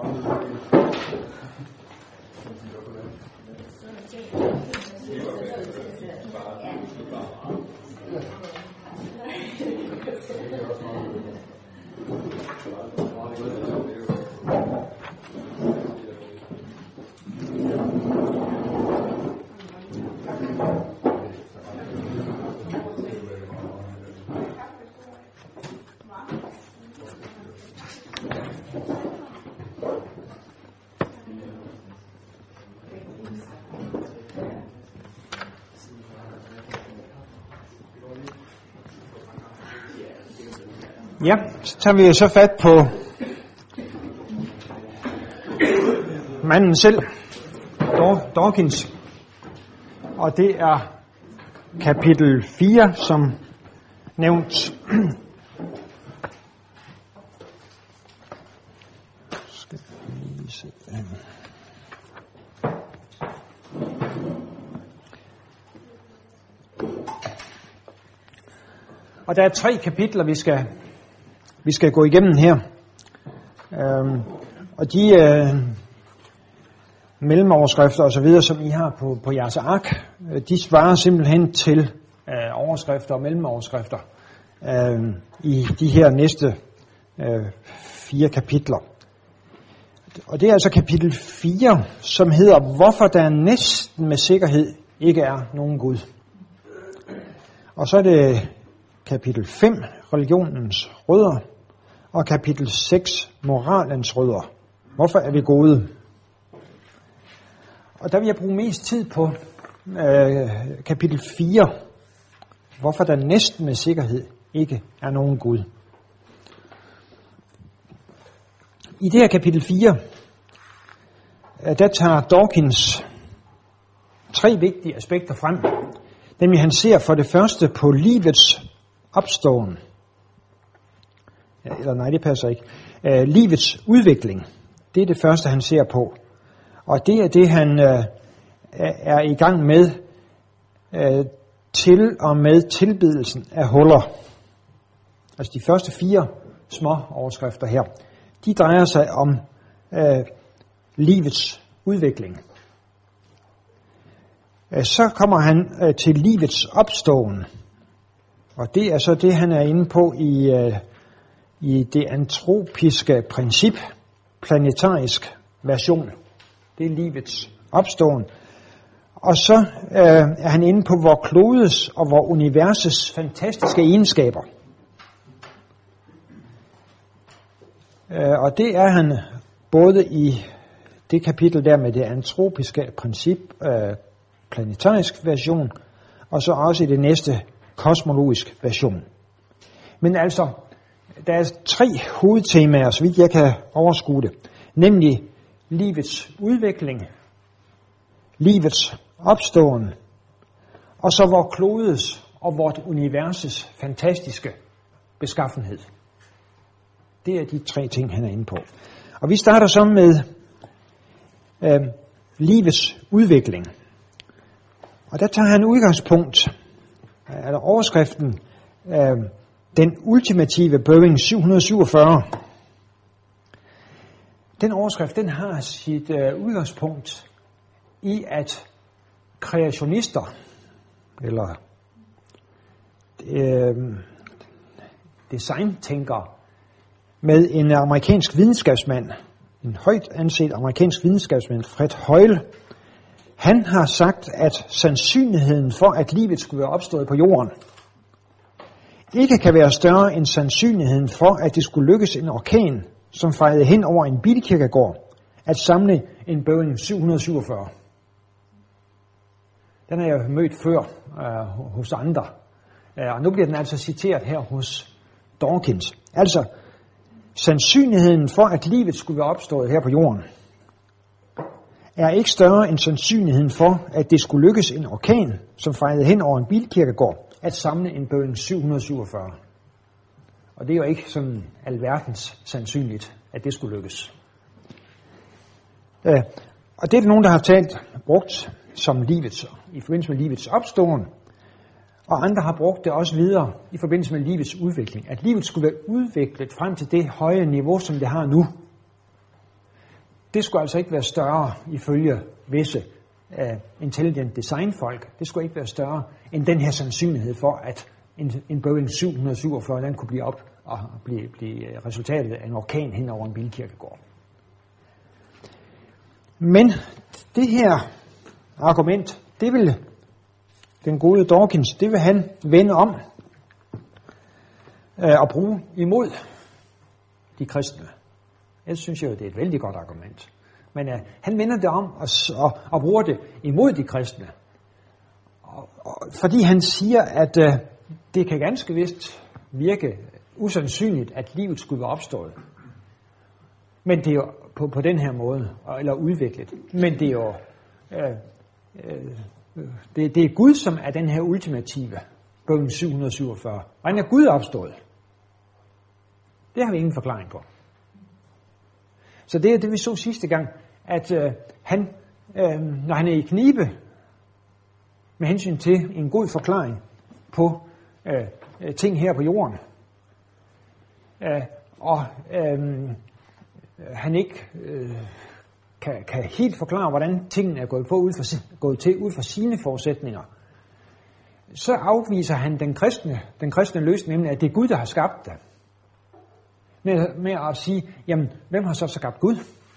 Ja, så tager vi så fat på manden selv, Dawkins, og det er kapitel 4, som nævnt. Og der er 3 kapitler, vi skal gå igennem her. Og de mellemoverskrifter og så videre, som I har på jeres ark, de svarer simpelthen til overskrifter og mellemoverskrifter i de her næste 4 kapitler. Og det er altså kapitel 4, som hedder, hvorfor der næsten med sikkerhed ikke er nogen Gud. Og så er det kapitel 5, religionens rødder, og kapitel 6, moralens rødder. Hvorfor er vi gode? Og der vil jeg bruge mest tid på kapitel 4, hvorfor der næsten med sikkerhed ikke er nogen Gud. I det her kapitel 4, der tager Dawkins 3 vigtige aspekter frem. Nemlig han ser for det første på livets opståen. Eller nej, det passer ikke. Livets udvikling. Det er det første, han ser på. Og det er det, han er i gang med til og med tilbedelsen af huller. Altså de første 4 små overskrifter her, de drejer sig om livets udvikling. Så kommer han til livets opståen. Og det er så det, han er inde på i det antropiske princip, planetarisk version. Det er livets opståen. Og så er han inde på vor klodes og vor universets fantastiske egenskaber. Og det er han både i det kapitel der med det antropiske princip, planetarisk version, og så også i det næste kosmologisk version. Men altså, der er 3 hovedtemaer, så vidt jeg kan overskue det. Nemlig livets udvikling, livets opståen, og så vor klodes og vort universes fantastiske beskaffenhed. Det er de 3 ting, han er inde på. Og vi starter så med livets udvikling. Og der tager han udgangspunkt, eller overskriften, den ultimative Boeing 747. Den overskrift, den har sit udgangspunkt i, at kreationister, eller designtænkere, med en amerikansk videnskabsmand, en højt anset amerikansk videnskabsmand, Fred Hoyle, han har sagt, at sandsynligheden for, at livet skulle være opstået på jorden, ikke kan være større end sandsynligheden for, at det skulle lykkes en orkan, som fejede hen over en bilkirkegård, at samle en Boeing 747. Den har jeg mødt før hos andre. Og nu bliver den altså citeret her hos Dawkins. Altså, sandsynligheden for, at livet skulle være opstået her på jorden, er ikke større end sandsynligheden for, at det skulle lykkes en orkan, som fejede hen over en bilkirkegård, at samle en Boeing 747. Og det er jo ikke sådan alverdens sandsynligt, at det skulle lykkes. Og det er nogen, der har brugt som livets, i forbindelse med livets opståen, og andre har brugt det også videre i forbindelse med livets udvikling. At livet skulle være udviklet frem til det høje niveau, som det har nu. det skulle altså ikke være større ifølge visse intelligent design-folk. Det skulle ikke være større end den her sandsynlighed for, at en Boeing 747 den kunne blive op og blive resultatet af en orkan hen over en bilkirkegård. Men det her argument, det vil den gode Dawkins, det vil han vende om og bruge imod de kristne. Jeg synes jo, det er et vældig godt argument. Men han vender det om og bruger det imod de kristne. Fordi han siger, at det kan ganske vist virke usandsynligt, at livet skulle være opstået. Men det er jo på den her måde, eller udviklet. Men det er jo det er Gud, som er den her ultimative Boeing 747. Hvordan er Gud opstået? Det har vi ingen forklaring på. Så det er det, vi så sidste gang, at han, når han er i knibe med hensyn til en god forklaring på ting her på jorden, og han ikke kan helt forklare, hvordan tingene er gået til ud fra sine forudsætninger, så afviser han den kristne løsning, nemlig at det er Gud, der har skabt det. Med at sige, jamen, hvem har så skabt Gud?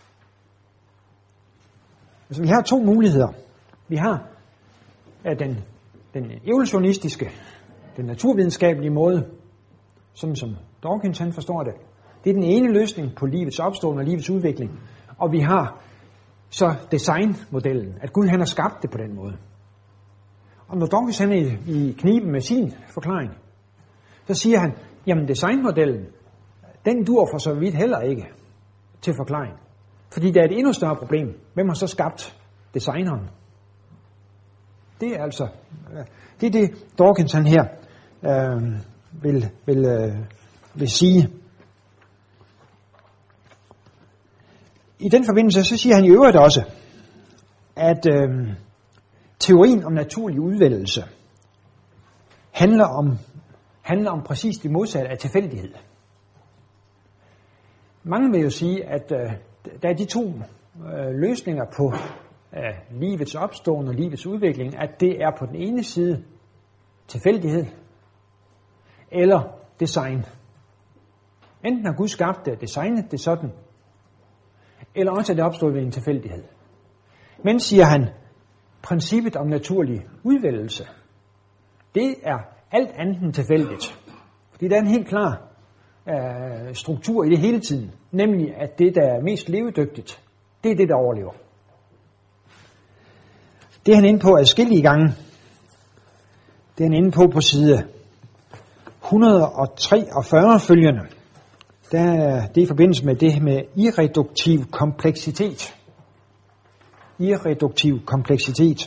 Altså, vi har to muligheder. Vi har den evolutionistiske, den naturvidenskabelige måde, sådan som Dawkins han forstår det. Det er den ene løsning på livets opståen og livets udvikling. Og vi har så designmodellen, at Gud han har skabt det på den måde. Og når Dawkins han er i kniben med sin forklaring, så siger han, jamen designmodellen, den dur for så vidt heller ikke til forklaring. Fordi der er et endnu større problem. Hvem har så skabt designeren? Det er altså, det er det Dawkins han her vil sige. I den forbindelse så siger han i øvrigt også, at teorien om naturlig udvælgelse handler om præcis det modsatte af tilfældighed. Mange vil jo sige, at der er de to løsninger på livets opståen og livets udvikling, at det er på den ene side tilfældighed eller design. Enten har Gud skabt det og designet det sådan, eller også er det opstået ved en tilfældighed. Men, siger han, princippet om naturlig udvælgelse, det er alt andet end tilfældigt. Fordi der er en helt klar struktur i det hele tiden, nemlig at det, der er mest levedygtigt, det er det, der overlever. Det er han inde på adskillige gange. Det er han inde på side 143 følgende. Det er i forbindelse med det med irreduktiv kompleksitet. Irreduktiv kompleksitet.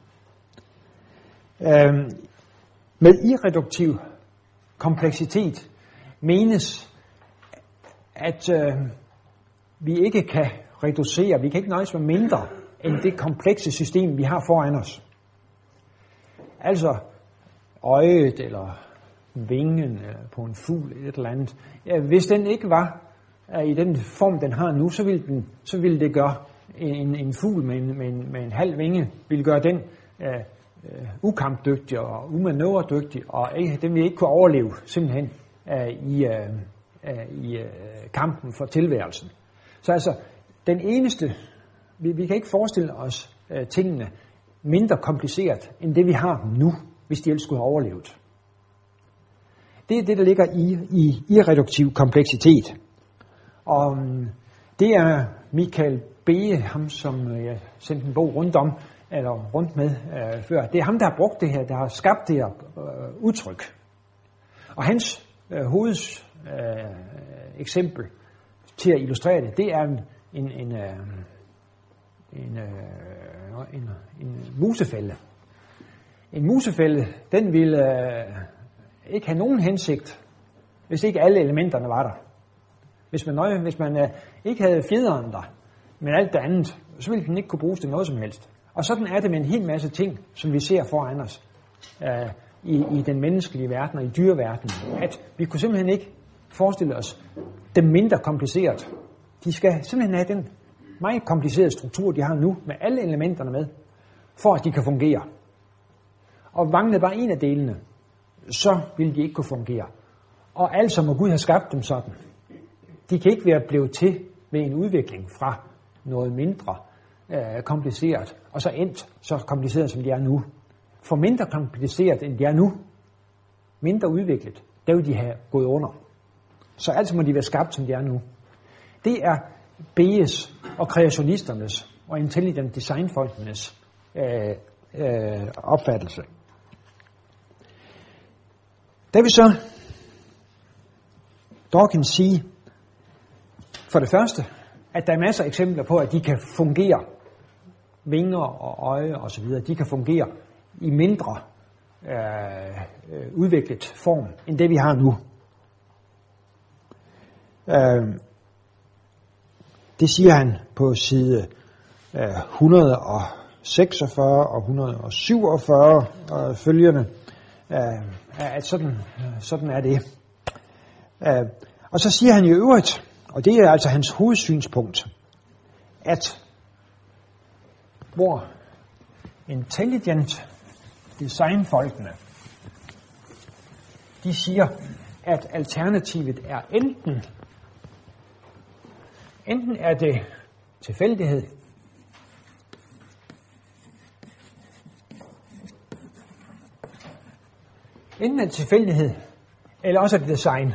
Med irreduktiv kompleksitet menes, at vi ikke kan reducere, vi kan ikke nøjes med mindre end det komplekse system, vi har foran os. Altså øjet eller vingen på en fugl eller et eller andet. Hvis den ikke var i den form, den har nu, så ville det gøre en fugl med en halv vinge, ville gøre den ukampdygtig og umanøvredygtig, og den ville ikke kunne overleve simpelthen i kampen for tilværelsen. Så altså, den eneste, vi kan ikke forestille os tingene mindre kompliceret, end det vi har nu, hvis de ellers skulle have overlevet. Det er det, der ligger i irreduktiv kompleksitet. Og det er Michael Behe, ham som jeg sendte en bog rundt med før. Det er ham, der har brugt det her, der har skabt det her udtryk. Og hans eksempel til at illustrere det, det er en musefælde. En musefælde, den vil ikke have nogen hensigt, hvis ikke alle elementerne var der. Hvis man ikke havde fjederen der, men alt det andet, så ville den ikke kunne bruges til noget som helst. Og sådan er det med en hel masse ting, som vi ser foran os i den menneskelige verden og i dyreverdenen, at vi kunne simpelthen ikke forestille os dem mindre kompliceret. De skal simpelthen have den meget kompliceret struktur, de har nu, med alle elementerne med, for at de kan fungere. Og manglede bare en af delene, så ville de ikke kunne fungere. Og altså må Gud have skabt dem sådan. De kan ikke være blevet til ved en udvikling fra noget mindre kompliceret, og så endt så kompliceret, som de er nu. For mindre kompliceret, end de er nu, mindre udviklet, der vil de have gået under. Så altså må de være skabt, som de er nu. Det er BS og kreationisternes og intelligent designfolkenes opfattelse. Der vil så Dawkins sige, for det første, at der er masser af eksempler på, at de kan fungere, vinger og øje og så videre, de kan fungere i mindre udviklet form, end det vi har nu. Det siger han på side 146 og 147 og følgende, at sådan er det. Og så siger han i øvrigt, og det er altså hans hovedsynspunkt, at hvor intelligent designfolkene, de siger, at alternativet er enten er det tilfældighed, enten er det tilfældighed, eller også er det design.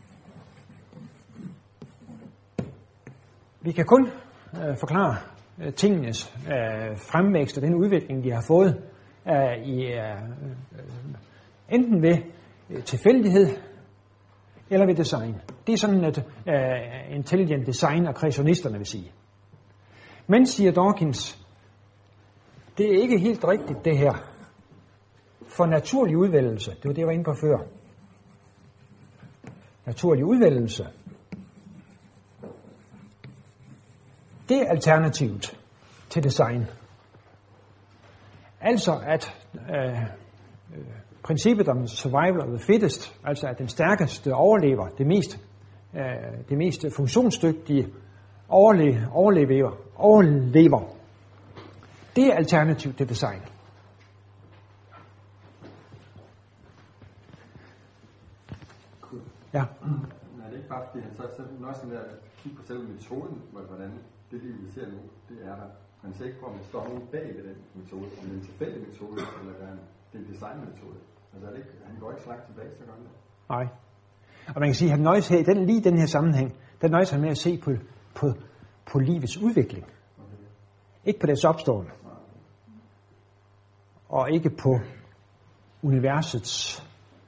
Vi kan kun forklare tingenes fremvækst og den udvikling, de har fået enten ved tilfældighed eller ved design. Det er sådan, at intelligent design og kreationisterne vil sige. Men, siger Dawkins, det er ikke helt rigtigt det her. For naturlig udvælgelse, det var det, jeg var inde på før. Naturlig udvælgelse, det er alternativet til design. Altså at princippet om survival of the fittest, altså at den stærkeste overlever, det mest funktionsdygtige overlever, det er alternativ til design. Ja. Nej, det er ikke bare fordi han så nøjes sådan der at kigge på selve metoden, hvordan det vi ser nu, det er der. Man ser ikke på, om der står nogen bag ved den metode, om det er en tilfældig metode, eller det er en designmetode. Altså er det ikke, han går ikke så langt tilbage, så godt det. Nej. Og man kan sige, at han nøjes her, lige i den her sammenhæng, der nøjes han med at se på livets udvikling. Okay. Ikke på dets opstående. Og ikke på universets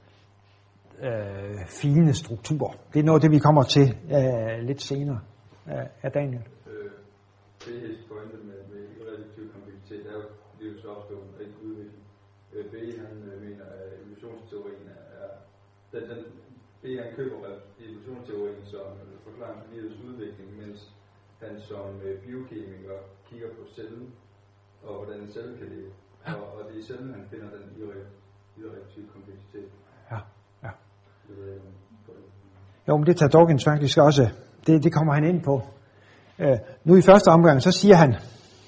fine struktur. Det er noget af det, vi kommer til lidt senere af Daniel. Friheds pointe med relativ kompleksitet er jo livets opstående og ikke udvikling. B. han mener, at evolutionsteorien er B. han køber evolutionsteorien som forklaring på livets udvikling, mens han som biokemiker kigger på cellen og hvordan en celle kan leve. Og det er i cellen, han finder den irrelative kompleksitet. Ja. Jo, men det tager Dawkins faktisk også. Det kommer han ind på. Nu i første omgang, så siger han,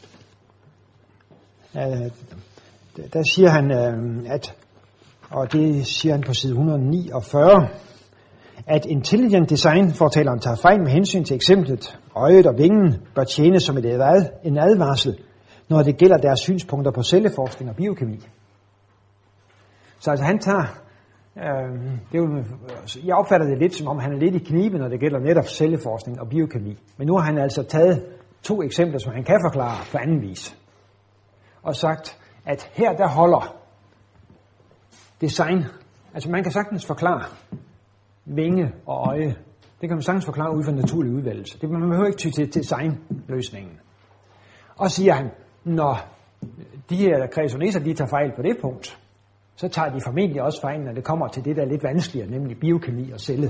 der siger han, at, og det siger han på side 149, at intelligent design-fortaleren tager fejl med hensyn til eksemplet. Øjet og vingen bør tjene som en advarsel, når det gælder deres synspunkter på celleforskning og biokemi. Så altså han tager, jeg opfatter det lidt som om, han er lidt i knibe, når det gælder netop celleforskning og biokemi. Men nu har han altså taget 2 eksempler, som han kan forklare på anden vis. Og sagt, at her der holder design. Altså man kan sagtens forklare vinge og øje. Det kan man sagtens forklare ud fra naturlig udvælgelse. Man behøver ikke ty til designløsningen. Og siger han, når de her kreationister, de tager fejl på det punkt, så tager de formentlig også fejl, når det kommer til det, der er lidt vanskeligere, nemlig biokemi og celle.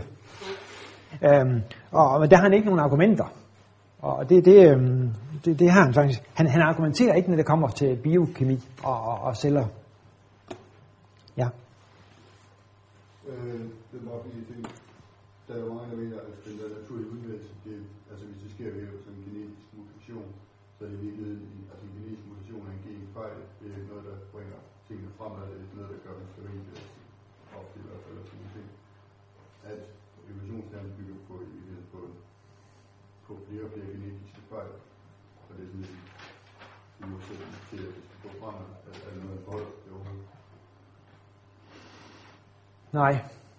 Og der har han ikke nogen argumenter. Og det har han faktisk. Han argumenterer ikke, når det kommer til biokemi og celler. Ja. Det er bare fordi, der er jo mange, der mener, at den der naturlige udvælgelse, altså hvis det sker ved sådan en genetisk mutation, Så i virkeligheden, altså en genetisk mutation af en genfejl, det er noget, der bringer tingene fremad, det er noget, der gør dem steril, ofte i hvert fald, og sådan ting. At evolutionslæren bygger på i virkeligheden på flere og flere genetiske fejl, og det er sådan en modsætning til, at det skal gå fremad, at er noget af forhold til overhovedet. Nej,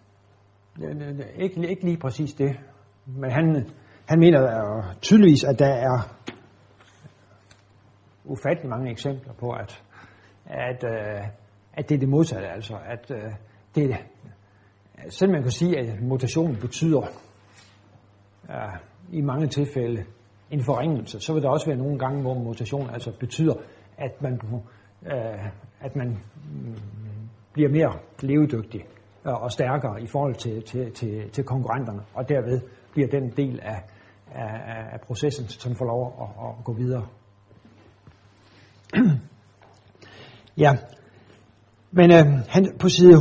ikke lige præcis det. Men han mener tydeligvis, at der er ufattelig mange eksempler på, at det er det modsatte. Altså, at det, selv man kan sige, at mutationen betyder i mange tilfælde en forringelse, så vil der også være nogle gange, hvor mutation altså betyder, at man bliver mere levedygtig og stærkere i forhold til konkurrenterne, og derved bliver den del af processen, som får lov at gå videre. Ja, men han på side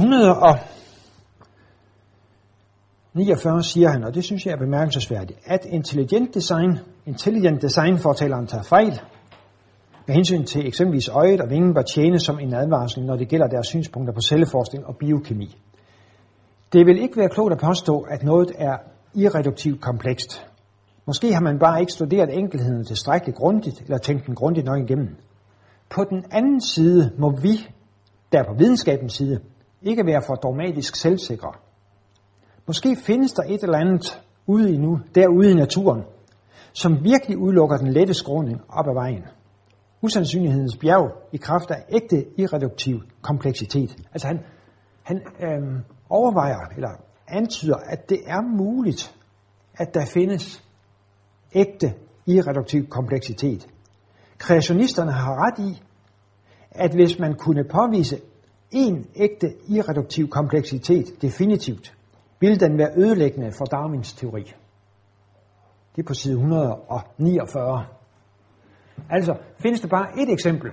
149 siger han, og det synes jeg er bemærkelsesværdigt, at intelligent design fortælleren tager fejl med hensyn til eksempelvis øjet og vingen bør tjene som en advarsel, når det gælder deres synspunkter på celleforskning og biokemi. Det vil ikke være klogt at påstå, at noget er irreduktivt komplekst. Måske har man bare ikke studeret enkelheden tilstrækkeligt grundigt, eller tænkt den grundigt nok igennem. På den anden side må vi, der på videnskabens side, ikke være for dogmatisk selvsikre. Måske findes der et eller andet derude i naturen, som virkelig udelukker den lette skråning op ad vejen. Usandsynlighedens bjerg i kraft af ægte irreduktiv kompleksitet. Altså han overvejer eller antyder, at det er muligt, at der findes ægte irreduktiv kompleksitet. Kreationisterne har ret i, at hvis man kunne påvise en ægte irreduktiv kompleksitet definitivt, ville den være ødelæggende for Darwins teori. Det er på side 149. Altså, findes der bare et eksempel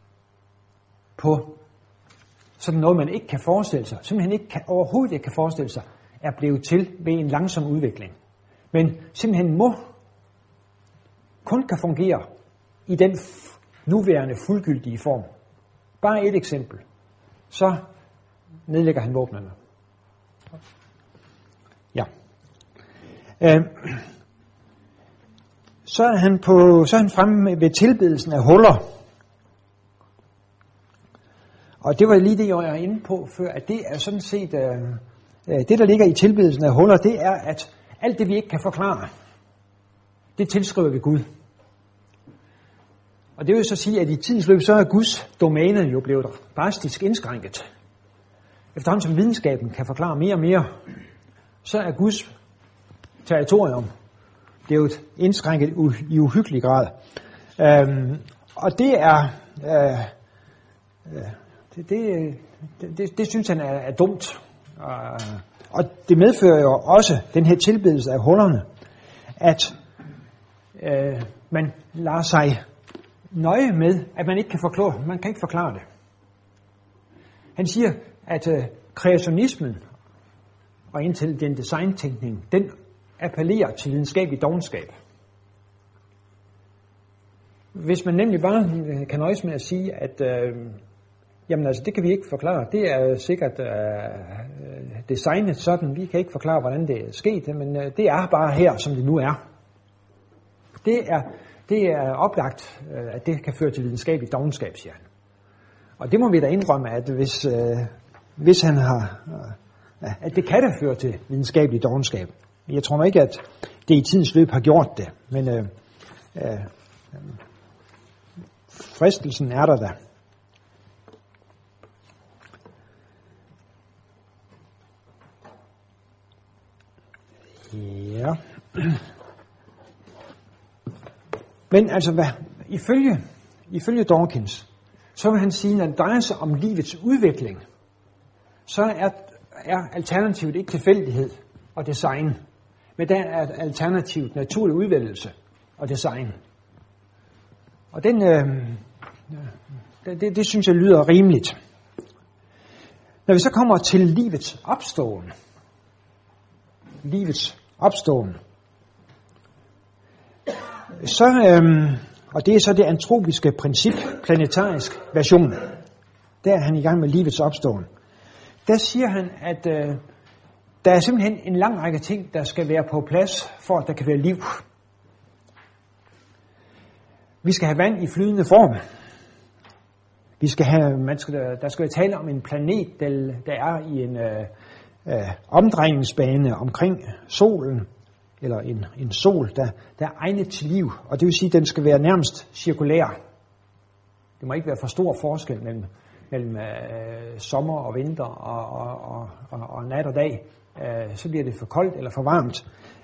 på sådan noget, man ikke kan forestille sig, simpelthen overhovedet ikke kan forestille sig, er blevet til ved en langsom udvikling. Men simpelthen kun kan fungere i den nuværende fuldgyldige form. Bare et eksempel. Så nedlægger han våbnene. Ja. Så er han fremme ved tilbedelsen af huller. Og det var lige det, jeg var inde på før, at det er sådan set, det der ligger i tilbedelsen af huller, det er, at alt det vi ikke kan forklare, det tilskriver vi Gud. Og det vil så sige, at i tidens løb, så er Guds domæne jo blevet drastisk indskrænket. Efterhånden som videnskaben kan forklare mere og mere, så er Guds territorium blevet indskrænket i uhyggelig grad. Og det er, det synes han er dumt. Og det medfører jo også den her tilbedelse af hullerne, at man lader sig nøje med, at man ikke kan forklare det. Han siger, at kreationismen og intelligent design-tænkning, den appellerer til videnskabelig dovenskab. Hvis man nemlig bare kan nøjes med at sige, at jamen altså, det kan vi ikke forklare. Det er sikkert designet sådan. Vi kan ikke forklare, hvordan det er sket, men det er bare her, som det nu er. Det er oplagt, at det kan føre til videnskabelig dovenskab, siger han. Og det må vi da indrømme, at hvis han har, at det kan da føre til videnskabelig dovenskab. Jeg tror nok ikke, at det i tidens løb har gjort det, men fristelsen er der da. Ja. Men altså, ifølge Dawkins, så vil han sige, når det drejer sig om livets udvikling, så er alternativet ikke tilfældighed og design, men der er alternativet naturlig udvælgelse og design. Og det synes jeg lyder rimeligt. Når vi så kommer til livets opståen, så Og det er så det antropiske princip, planetarisk version. Der er han i gang med livets opståen. Der siger han, at der er simpelthen en lang række ting, der skal være på plads, for at der kan være liv. Vi skal have vand i flydende form. Der skal være tale om en planet, der er i en omdrejningsbane omkring solen, eller en sol, der er egnet til liv. Og det vil sige, at den skal være nærmest cirkulær. Det må ikke være for stor forskel mellem sommer og vinter og nat og dag. Så bliver det for koldt eller for varmt.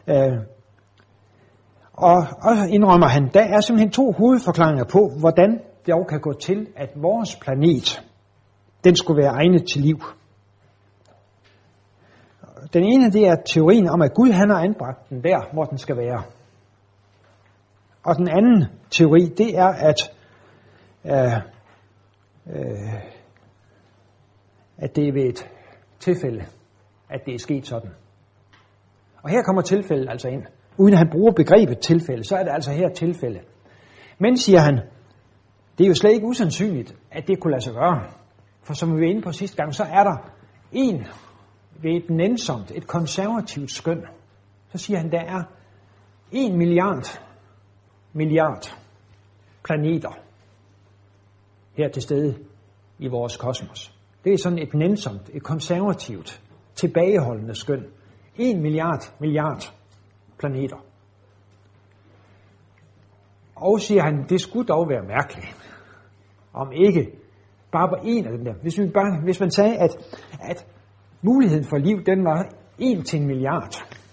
Og indrømmer han, der er simpelthen 2 hovedforklaringer på, hvordan det også kan gå til, at vores planet, den skulle være egnet til liv. Den ene, det er teorien om, at Gud han har anbragt den der, hvor den skal være. Og den anden teori, det er, at det er ved et tilfælde, at det er sket sådan. Og her kommer tilfældet altså ind. Uden at han bruger begrebet tilfælde, så er det altså her tilfælde. Men, siger han, det er jo slet ikke usandsynligt, at det kunne lade sig gøre. For som vi var inde på sidste gang, så er der en ved et nænsomt, et konservativt skøn. Så siger han, der er 1 milliard planeter her til stede i vores kosmos. Det er sådan et nænsomt, et konservativt, tilbageholdende skøn. 1 milliard planeter. Og siger han, det skulle dog være mærkeligt, om ikke bare på en af dem der. Hvis man sagde, at muligheden for liv, den var 1 til 1 milliard.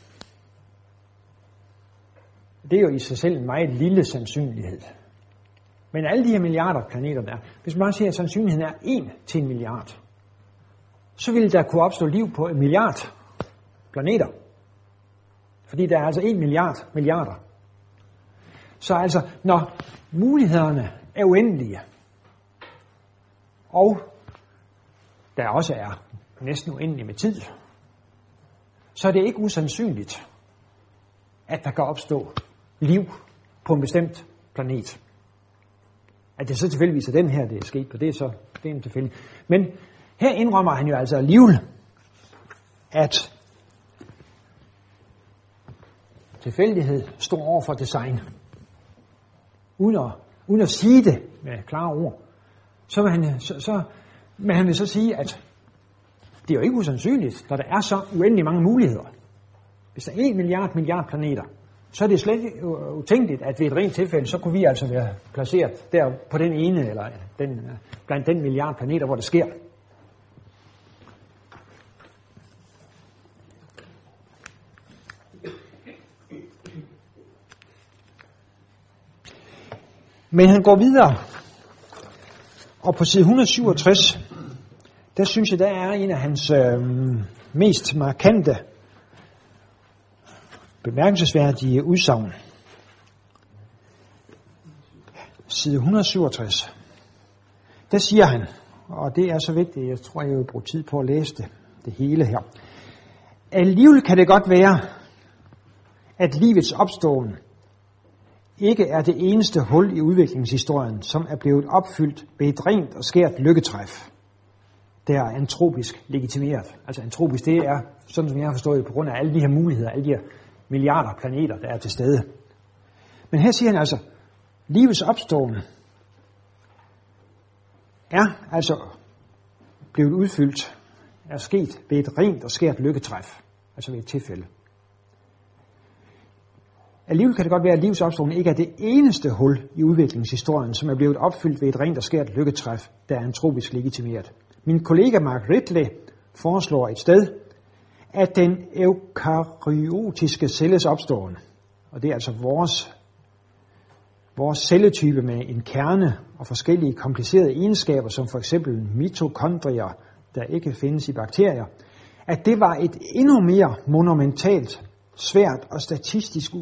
Det er jo i sig selv en meget lille sandsynlighed. Men alle de her milliarder planeter der, hvis man bare siger, at sandsynligheden er 1 til 1 milliard, så ville der kunne opstå liv på 1 milliard planeter. Fordi der er altså 1 milliarder. Så altså, når mulighederne er uendelige, og der også er næsten uendelige med tid, så er det ikke usandsynligt, at der kan opstå liv på en bestemt planet. At det så tilfældigvis er den her, det er sket på, det er en tilfældig. Men her indrømmer han jo altså alligevel, at tilfældighed står over for design. Uden at sige det med klare ord, så vil han så sige, at det er jo ikke usandsynligt, når der er så uendelig mange muligheder. Hvis der er 1 milliard planeter, så er det slet ikke utænkeligt, at ved et rent tilfælde, så kunne vi altså være placeret der på den ene, eller blandt den milliard planeter, hvor det sker. Men han går videre, og på side 167, der synes jeg, der er en af hans mest markante, bemærkelsesværdige udsagn. Side 167. Der siger han, og det er så vigtigt, jeg tror, jeg vil bruge tid på at læse det hele her. Alligevel kan det godt være, at livets opståen ikke er det eneste hul i udviklingshistorien, som er blevet opfyldt ved et rent og skært lykketræf. Det er antropisk legitimeret. Altså antropisk, det er, sådan som jeg har forstået, på grund af alle de her muligheder, alle de her milliarder planeter, der er til stede. Men her siger han altså, livets opståen er altså blevet udfyldt, er sket ved et rent og skært lykketræf, altså ved et tilfælde. Alligevel kan det godt være, at livets opståen ikke er det eneste hul i udviklingshistorien, som er blevet opfyldt ved et rent og skært lykketræf, der er antropisk legitimeret. Min kollega Mark Ridley foreslår et sted, at den eukaryotiske celles opståen, og det er altså vores celletype med en kerne og forskellige komplicerede egenskaber, som for eksempel mitokondrier, der ikke findes i bakterier, at det var et endnu mere monumentalt, svært og statistisk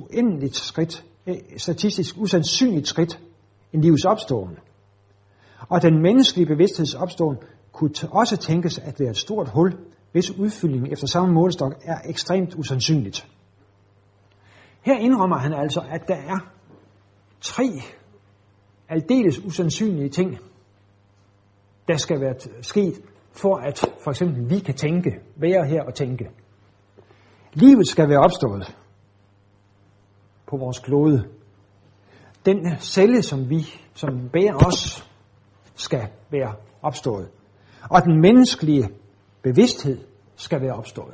usandsynligt skridt end livets opståen. Og den menneskelige bevidstheds opståen kunne også tænkes at være et stort hul, hvis udfyldning efter samme målestok er ekstremt usandsynligt. Her indrømmer han altså, at der er 3 aldeles usandsynlige ting, der skal være sket, for at for eksempel vi kan tænke, være her og tænke. Livet skal være opstået på vores klode. Den celle, som bærer os, skal være opstået. Og den menneskelige bevidsthed skal være opstået.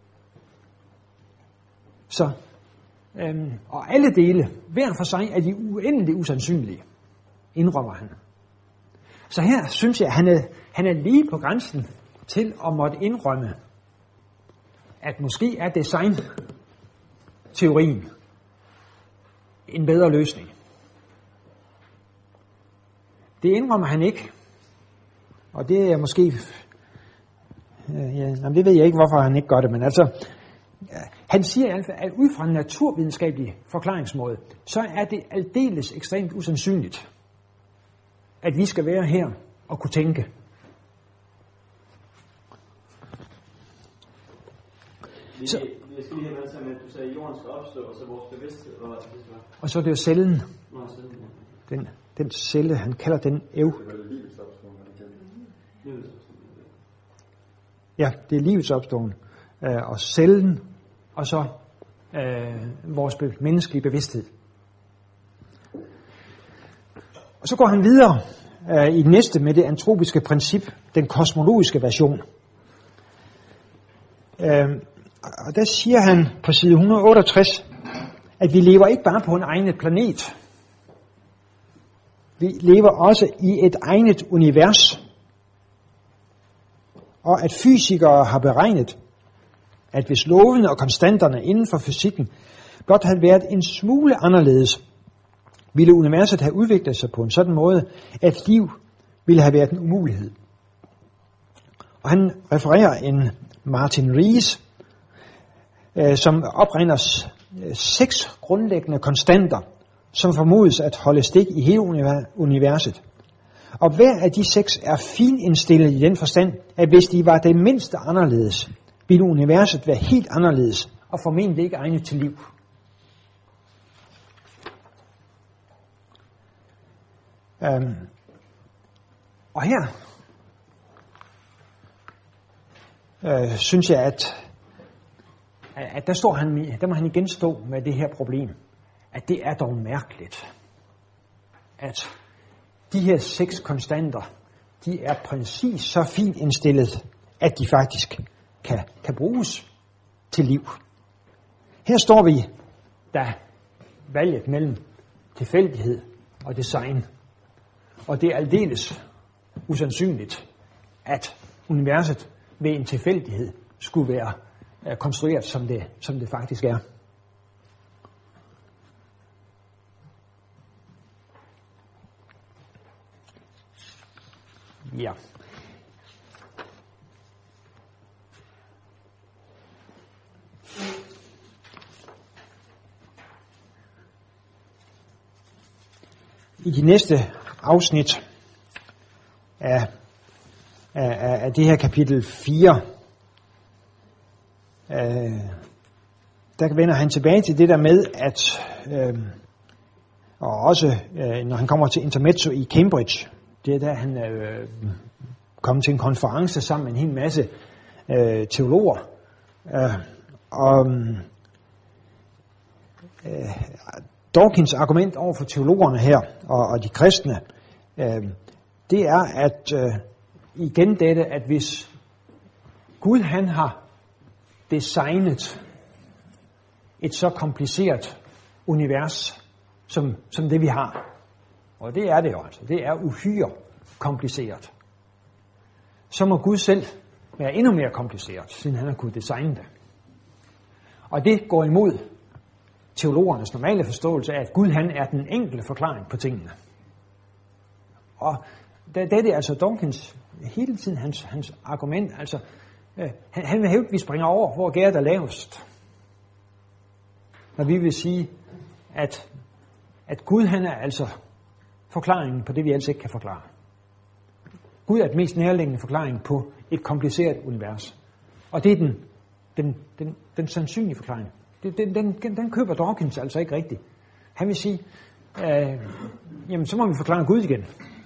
Så, og alle dele, hver for sig, er de uendeligt usandsynlige, indrømmer han. Så her synes jeg, han er lige på grænsen til at måtte indrømme, at måske er designteorien en bedre løsning. Det indrømmer han ikke, og det er måske, det ved jeg ikke, hvorfor han ikke gør det, men altså, han siger i hvert fald, at ud fra en naturvidenskabelig forklaringsmåde, så er det aldeles ekstremt usandsynligt, at vi skal være her og kunne tænke. Jeg skal lige have med til, at du sagde, at jorden skal opstå, og så vores bevidsthed. Og så er det jo cellen. Nå, cellen. Den celle, han kalder den ev. Ja, det er livets opståen. Og cellen, og så vores menneskelige bevidsthed. Og så går han videre i det næste med det antropiske princip, den kosmologiske version. Og der siger han på side 168, at vi lever ikke bare på en egnet planet. Vi lever også i et egnet univers. Og at fysikere har beregnet, at hvis lovene og konstanterne inden for fysikken blot havde været en smule anderledes, ville universet have udviklet sig på en sådan måde, at liv ville have været en umulighed. Og han refererer en Martin Rees, som opregner 6 grundlæggende konstanter, som formodes at holde stik i hele universet. Og hver af de 6 er finindstillet i den forstand, at hvis de var det mindste anderledes, ville universet være helt anderledes og formentlig ikke egnet til liv. Og her synes jeg, at der må han igen stå med det her problem, at det er dog mærkeligt, at de her 6 konstanter, de er præcis så fint indstillet, at de faktisk kan bruges til liv. Her står vi, da valget mellem tilfældighed og design. Og det er aldeles usandsynligt, at universet ved en tilfældighed skulle være konstrueret, som det faktisk er. Ja. I de næste afsnit af det her kapitel 4, der vender han tilbage til det der med, at og også når han kommer til intermezzo i Cambridge, det er der han kom til en konference sammen med en hel masse teologer, og Dawkins argument over for teologerne her og de kristne, det er at igen dette, at hvis Gud han har designet et så kompliceret univers som det vi har, og det er det jo altså, det er uhyre kompliceret, så må Gud selv være endnu mere kompliceret, siden han har kunnet designe det. Og det går imod teologernes normale forståelse af, at Gud han er den enkelte forklaring på tingene. Og det er altså Dawkins hele tiden hans argument, altså han vil hævde, at vi springer over, hvor gæret er lavest. Når vi vil sige, at Gud han er altså forklaringen på det, vi ellers ikke kan forklare. Gud er den mest nærliggende forklaring på et kompliceret univers. Og det er den sandsynlige forklaring. Den køber Dawkins altså ikke rigtigt. Han vil sige, jamen så må vi forklare Gud igen.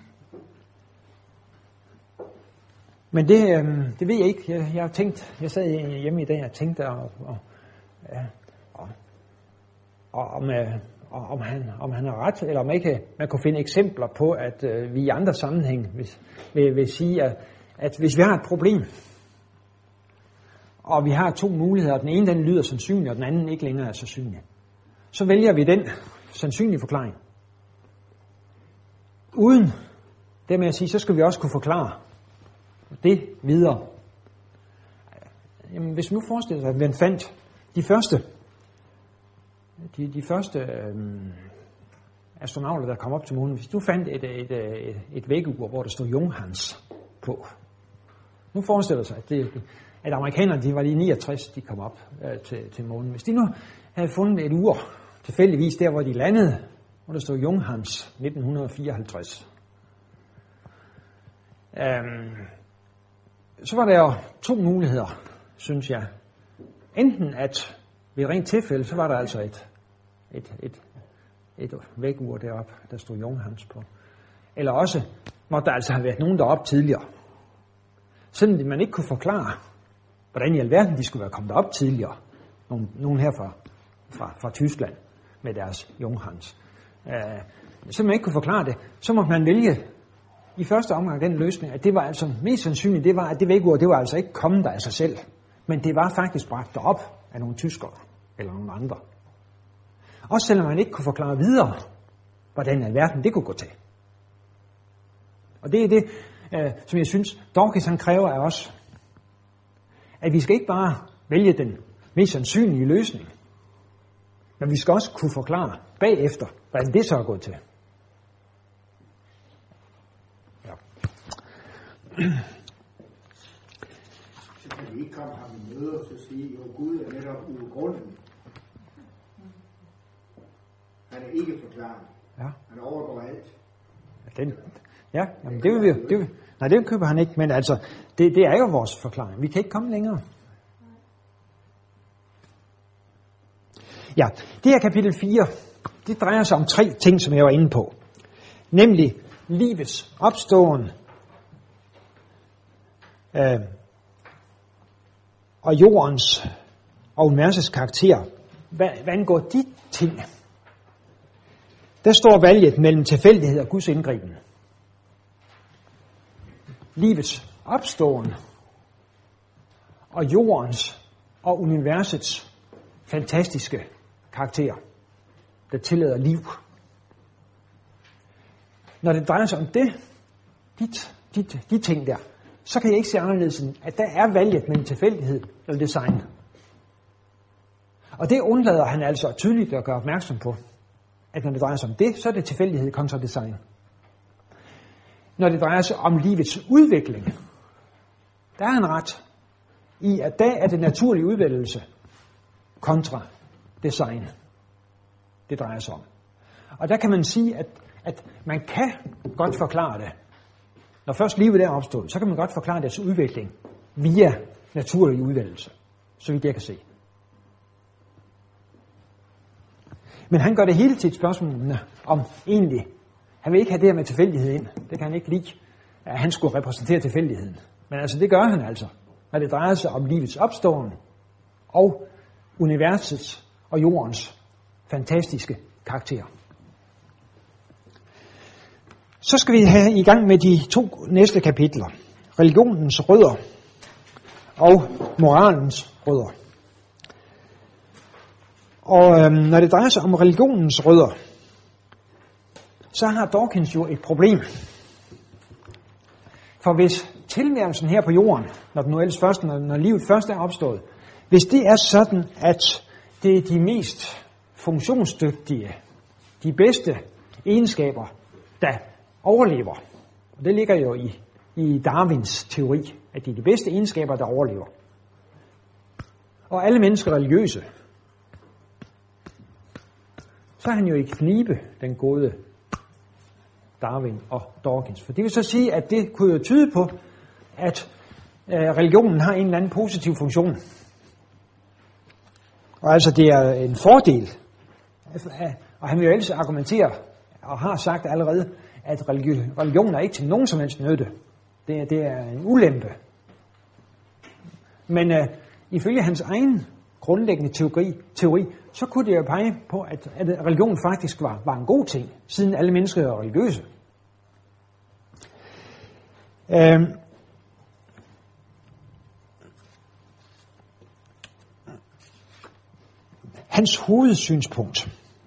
Men det ved jeg ikke. Jeg har tænkt, jeg sad hjemme i dag og tænkte om han har ret, eller om ikke man kunne finde eksempler på, at vi i andre sammenhæng vil sige, at hvis vi har et problem, og vi har to muligheder, og den ene den lyder sandsynlig, og den anden ikke længere er sandsynlig, så vælger vi den sandsynlige forklaring. Uden det med at sige, så skal vi også kunne forklare det videre. Jamen, hvis vi nu forestiller sig, at man fandt de første astronauter, der kom op til månen, hvis du fandt et vækkeur, hvor der stod Junghans på. Nu forestiller sig, at amerikanerne, de var lige 69, de kom op til månen. Hvis de nu havde fundet et ur, tilfældigvis der, hvor de landede, hvor der stod Junghans 1954, så var der jo to muligheder, synes jeg. Enten at ved rent tilfælde, så var der altså et vækkeur deroppe, der stod Junghans på. Eller også måtte der altså have været nogen deroppe tidligere. Selvom man ikke kunne forklare, hvordan i alverden de skulle være kommet op tidligere. Nogen her fra Tyskland med deres Junghans. Selvom man ikke kunne forklare det, så måtte man vælge i første omgang den løsning, at det var altså mest sandsynligt, det var, at det vækkeur, det var altså ikke kommet der af sig selv. Men det var faktisk bragt derop af nogle tyskere eller nogle andre. Også selvom man ikke kunne forklare videre, hvordan i alverden det kunne gå til. Og det er det, som jeg synes, Dawkins han kræver af os. At vi skal ikke bare vælge den mest sandsynlige løsning, men vi skal også kunne forklare bagefter, hvordan det så er gået til. Ja. Så kan vi ikke komme ham i møde og så sige, jo Gud er netop ude grunden. Han er ikke forklaret. Ja. Han overgår alt. Ja, jamen det vil vi. Nej, det køber han ikke, men altså, det er jo vores forklaring. Vi kan ikke komme længere. Ja, det her kapitel 4, det drejer sig om 3 ting, som jeg var inde på. Nemlig livets opståen, og jordens og universets karakter. Hvad angår de ting? Der står valget mellem tilfældighed og Guds indgriben. Livets opståen og jordens og universets fantastiske karakter, der tillader liv. Når det drejer sig om det, de ting der, så kan jeg ikke se anderledes end, at der er valget mellem tilfældighed og design. Og det undlader han altså tydeligt at gøre opmærksom på, at når det drejer sig om det, så er det tilfældighed kontra design. Når det drejer sig om livets udvikling, der er han ret i, at der er det naturlige udvælgelse kontra design, det drejer sig om. Og der kan man sige, at man kan godt forklare det. Når først livet er opstået, så kan man godt forklare dets udvikling via naturlig udvælgelse, så vidt jeg kan se. Men han gør det hele til et spørgsmål om egentlig. Han vil ikke have det her med tilfældighed ind. Det kan han ikke lide, at han skulle repræsentere tilfældigheden. Men altså, det gør han altså, når det drejer sig om livets opståen og universets og jordens fantastiske karakter. Så skal vi have i gang med de 2 næste kapitler. Religionens rødder og moralens rødder. Og når det drejer sig om religionens rødder, så har Dawkins jo et problem. For hvis tilværelsen her på jorden, når livet først er opstået, hvis det er sådan, at det er de mest funktionsdygtige, de bedste egenskaber, der overlever, og det ligger jo i Darwins teori, at det er de bedste egenskaber, der overlever, og alle mennesker er religiøse, så er han jo i knibe, den gode Darwin og Dawkins. For det vil så sige, at det kunne jo tyde på, at religionen har en eller anden positiv funktion. Og altså det er en fordel. Og han vil jo ellers argumentere og har sagt allerede, at religion er ikke til nogen som helst nytte. Det er en ulempe. Men ifølge hans egen grundlæggende teori, så kunne det jo pege på, at religion faktisk var en god ting, siden alle mennesker er religiøse. Hans hovedsynspunkt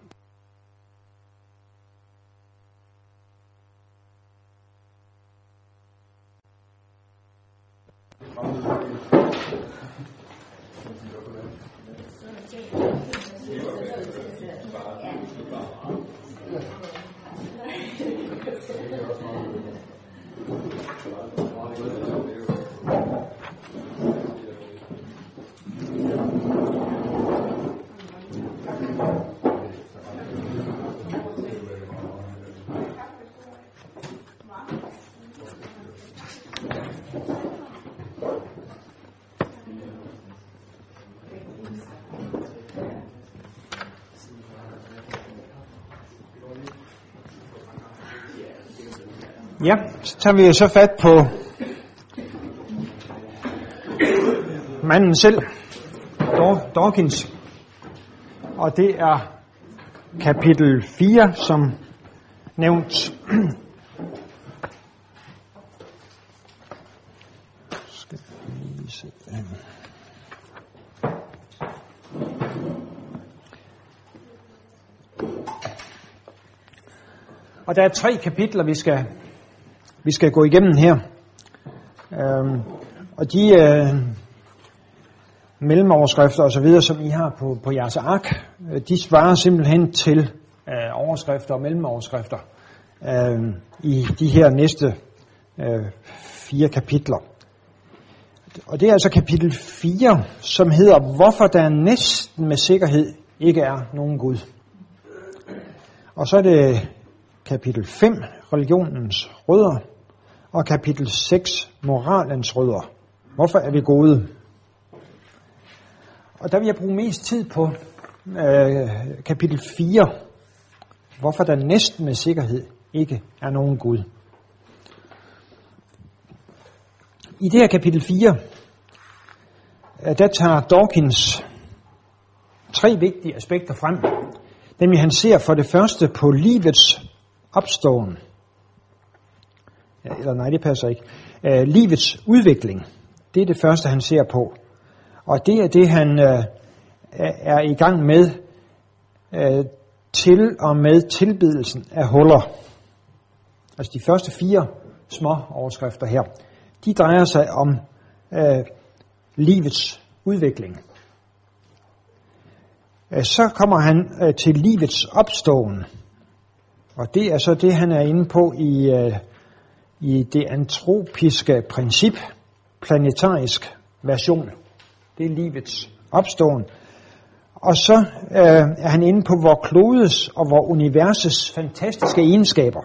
Ja, så tager vi så fat på manden selv, Dawkins, og det er kapitel 4, som nævnt. Skal vi lige se. Og der er 3 kapitler, vi skal gå igennem her. Og de mellemoverskrifter og så videre, som I har på jeres ark, de svarer simpelthen til overskrifter og mellemoverskrifter i de her næste 4 kapitler. Og det er altså kapitel 4, som hedder, hvorfor der næsten med sikkerhed ikke er nogen Gud. Og så er det kapitel 5, religionens rødder, og kapitel 6, moralens rødder. Hvorfor er vi gode? Og der vil jeg bruge mest tid på kapitel 4, hvorfor der næsten med sikkerhed ikke er nogen Gud. I det her kapitel 4, der tager Dawkins 3 vigtige aspekter frem. Nemlig han ser for det første på livets opståen. Eller nej, det passer ikke. Livets udvikling. Det er det første, han ser på. Og det er det, han er i gang med til og med tilbedelsen af huller. Altså de første 4 små overskrifter her. De drejer sig om livets udvikling. Så kommer han til livets opståen. Og det er så det, han er inde på i det antropiske princip, planetarisk version. Det er livets opståen. Og så er han inde på vor klodes og vor universets fantastiske egenskaber.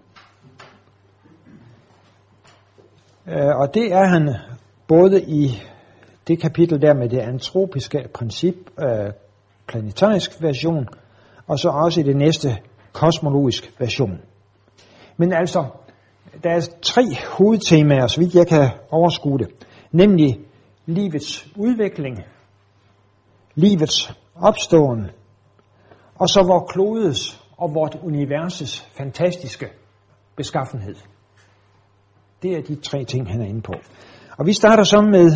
Og det er han både i det kapitel der med det antropiske princip, planetarisk version, og så også i det næste kosmologisk version. Men altså, der er 3 hovedtemaer, så vidt jeg kan overskue det. Nemlig livets udvikling, livets opståen, og så vor klodes og vort universets fantastiske beskaffenhed. Det er de 3 ting, han er inde på. Og vi starter så med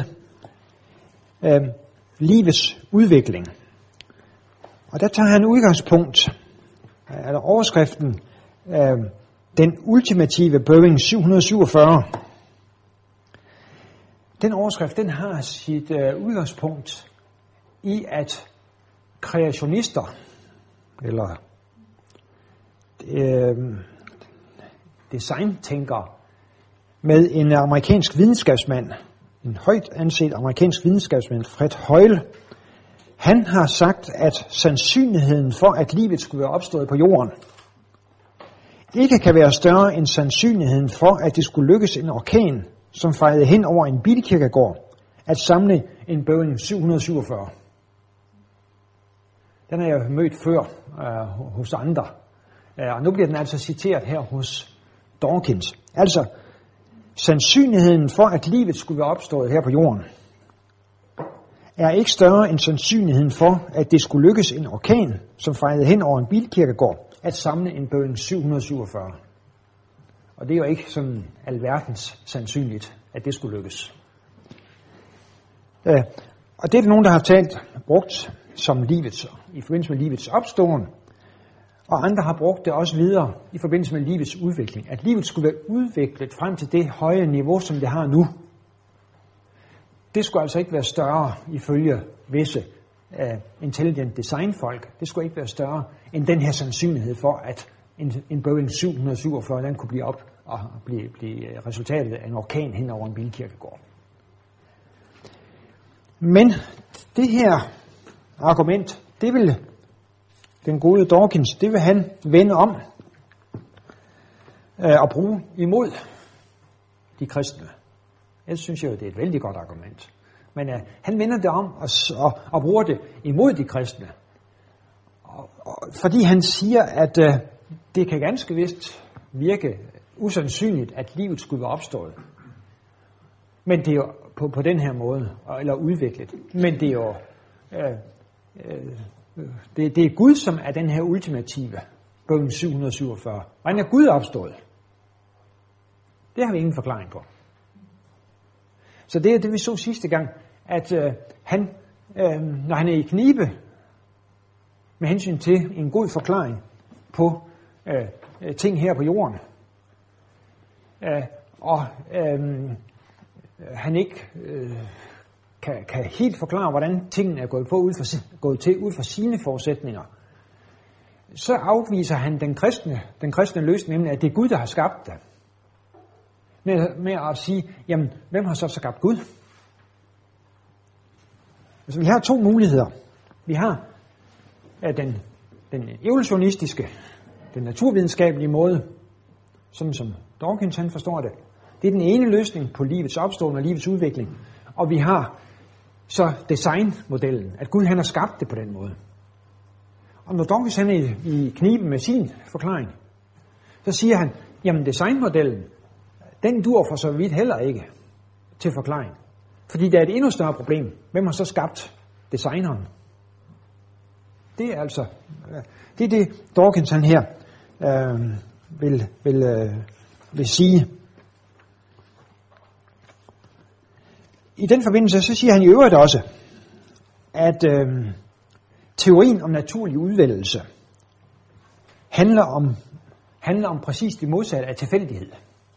livets udvikling. Og der tager han udgangspunkt, eller overskriften, den ultimative Boeing 747. Den overskrift, den har sit udgangspunkt i, at kreationister, eller designtænkere, med en amerikansk videnskabsmand, en højt anset amerikansk videnskabsmand, Fred Hoyle, han har sagt, at sandsynligheden for, at livet skulle være opstået på jorden, ikke kan være større end sandsynligheden for, at det skulle lykkes en orkan, som fejede hen over en bilkirkegård, at samle en Boeing 747. Den har jeg mødt før hos andre. Og nu bliver den altså citeret her hos Dawkins. Altså, sandsynligheden for, at livet skulle være opstået her på jorden, er ikke større end sandsynligheden for, at det skulle lykkes en orkan, som fejrede hen over en bilkirkegård, at samle en Boeing 747. Og det er jo ikke sådan alverdens sandsynligt, at det skulle lykkes. Og det er nogen, der har brugt som i forbindelse med livets opståen, og andre har brugt det også videre i forbindelse med livets udvikling. At livet skulle være udviklet frem til det høje niveau, som det har nu. Det skulle altså ikke være større ifølge visse intelligent designfolk. Det skulle ikke være større end den her sandsynlighed for, at en Boeing 747 den kunne blive resultatet af en orkan hen over en bilkirkegård. Men det her argument, det vil den gode Dawkins, det vil han vende om og bruge imod de kristne. Jeg synes jo, det er et vældig godt argument. Men han vender det om og bruger det imod de kristne. Fordi han siger, at det kan ganske vist virke usandsynligt, at livet skulle være opstået. Men det er jo på den her måde, eller udviklet. Men det er jo det er Gud, som er den her ultimative Boeing 747. Hvordan er Gud opstået? Det har vi ingen forklaring på. Så det er det, vi så sidste gang, at han, når han er i knibe med hensyn til en god forklaring på ting her på jorden, og han ikke kan helt forklare, hvordan tingene er gået til ud fra sine forudsætninger, så afviser han den kristne løsning, nemlig at det er Gud, der har skabt det. Med at sige, jamen, hvem har så skabt Gud? Altså, vi har to muligheder. Vi har den evolutionistiske, den naturvidenskabelige måde, sådan som Dawkins han forstår det. Det er den ene løsning på livets opståen og livets udvikling. Og vi har så designmodellen, at Gud han har skabt det på den måde. Og når Dawkins han er i kniben med sin forklaring, så siger han, jamen designmodellen, den dur for så vidt heller ikke til forklaring. Fordi der er et endnu større problem. Hvem har så skabt designeren? Det er altså, det Dawkins han her vil sige. I den forbindelse, så siger han i øvrigt også, at teorien om naturlig udvælgelse handler om præcis det modsatte af tilfældighed.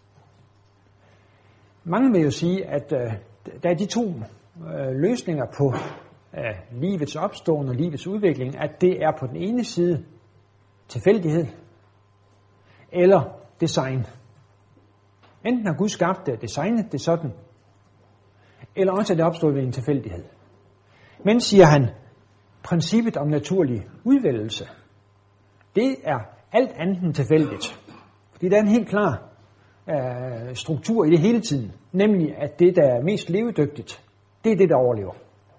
Mange vil jo sige, at der er de to løsninger på livets opståen og livets udvikling, at det er på den ene side tilfældighed eller design. Enten har Gud skabt det og designet det sådan, eller også er det opstået ved en tilfældighed. Men, siger han, princippet om naturlig udvælgelse, det er alt andet end tilfældigt. Fordi der er en helt klar struktur i det hele tiden, nemlig at det, der er mest levedygtigt, det er det, der overlever.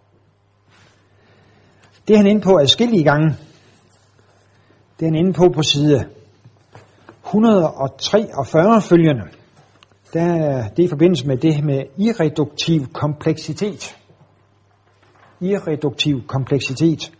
Det er han inde på adskillige gange. Det er han inde på side 143 følgende. Det er i forbindelse med det med irreduktiv kompleksitet. Irreduktiv kompleksitet.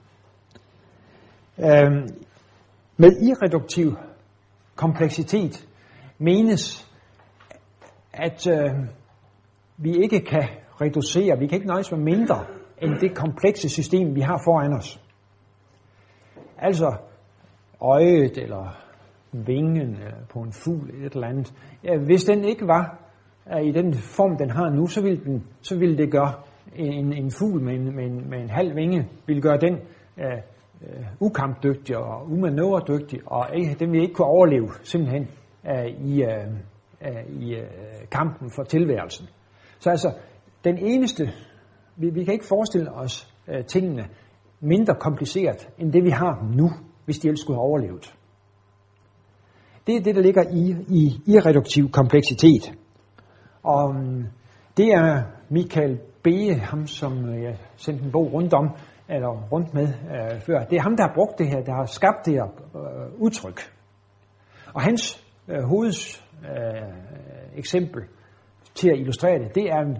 Med irreduktiv kompleksitet menes, at vi ikke kan reducere, vi kan ikke nøjes med mindre end det komplekse system, vi har foran os. Altså øjet eller vingen på en fugl eller et eller andet. Ja, hvis den ikke var i den form, den har nu, så ville det gøre en fugl med en halv vinge, ville gøre den ukampdygtig og umanøvredygtig, og den ville ikke kunne overleve simpelthen i kampen for tilværelsen. Så altså, den eneste, vi kan ikke forestille os tingene mindre kompliceret, end det vi har nu, hvis de ellers skulle have overlevet. Det er det, der ligger i irreduktiv kompleksitet. Og det er Michael Behe, ham som jeg sendte en bog rundt om, eller rundt med før. Det er ham, der har brugt det her, der har skabt det her udtryk. Og hans eksempel til at illustrere det, det er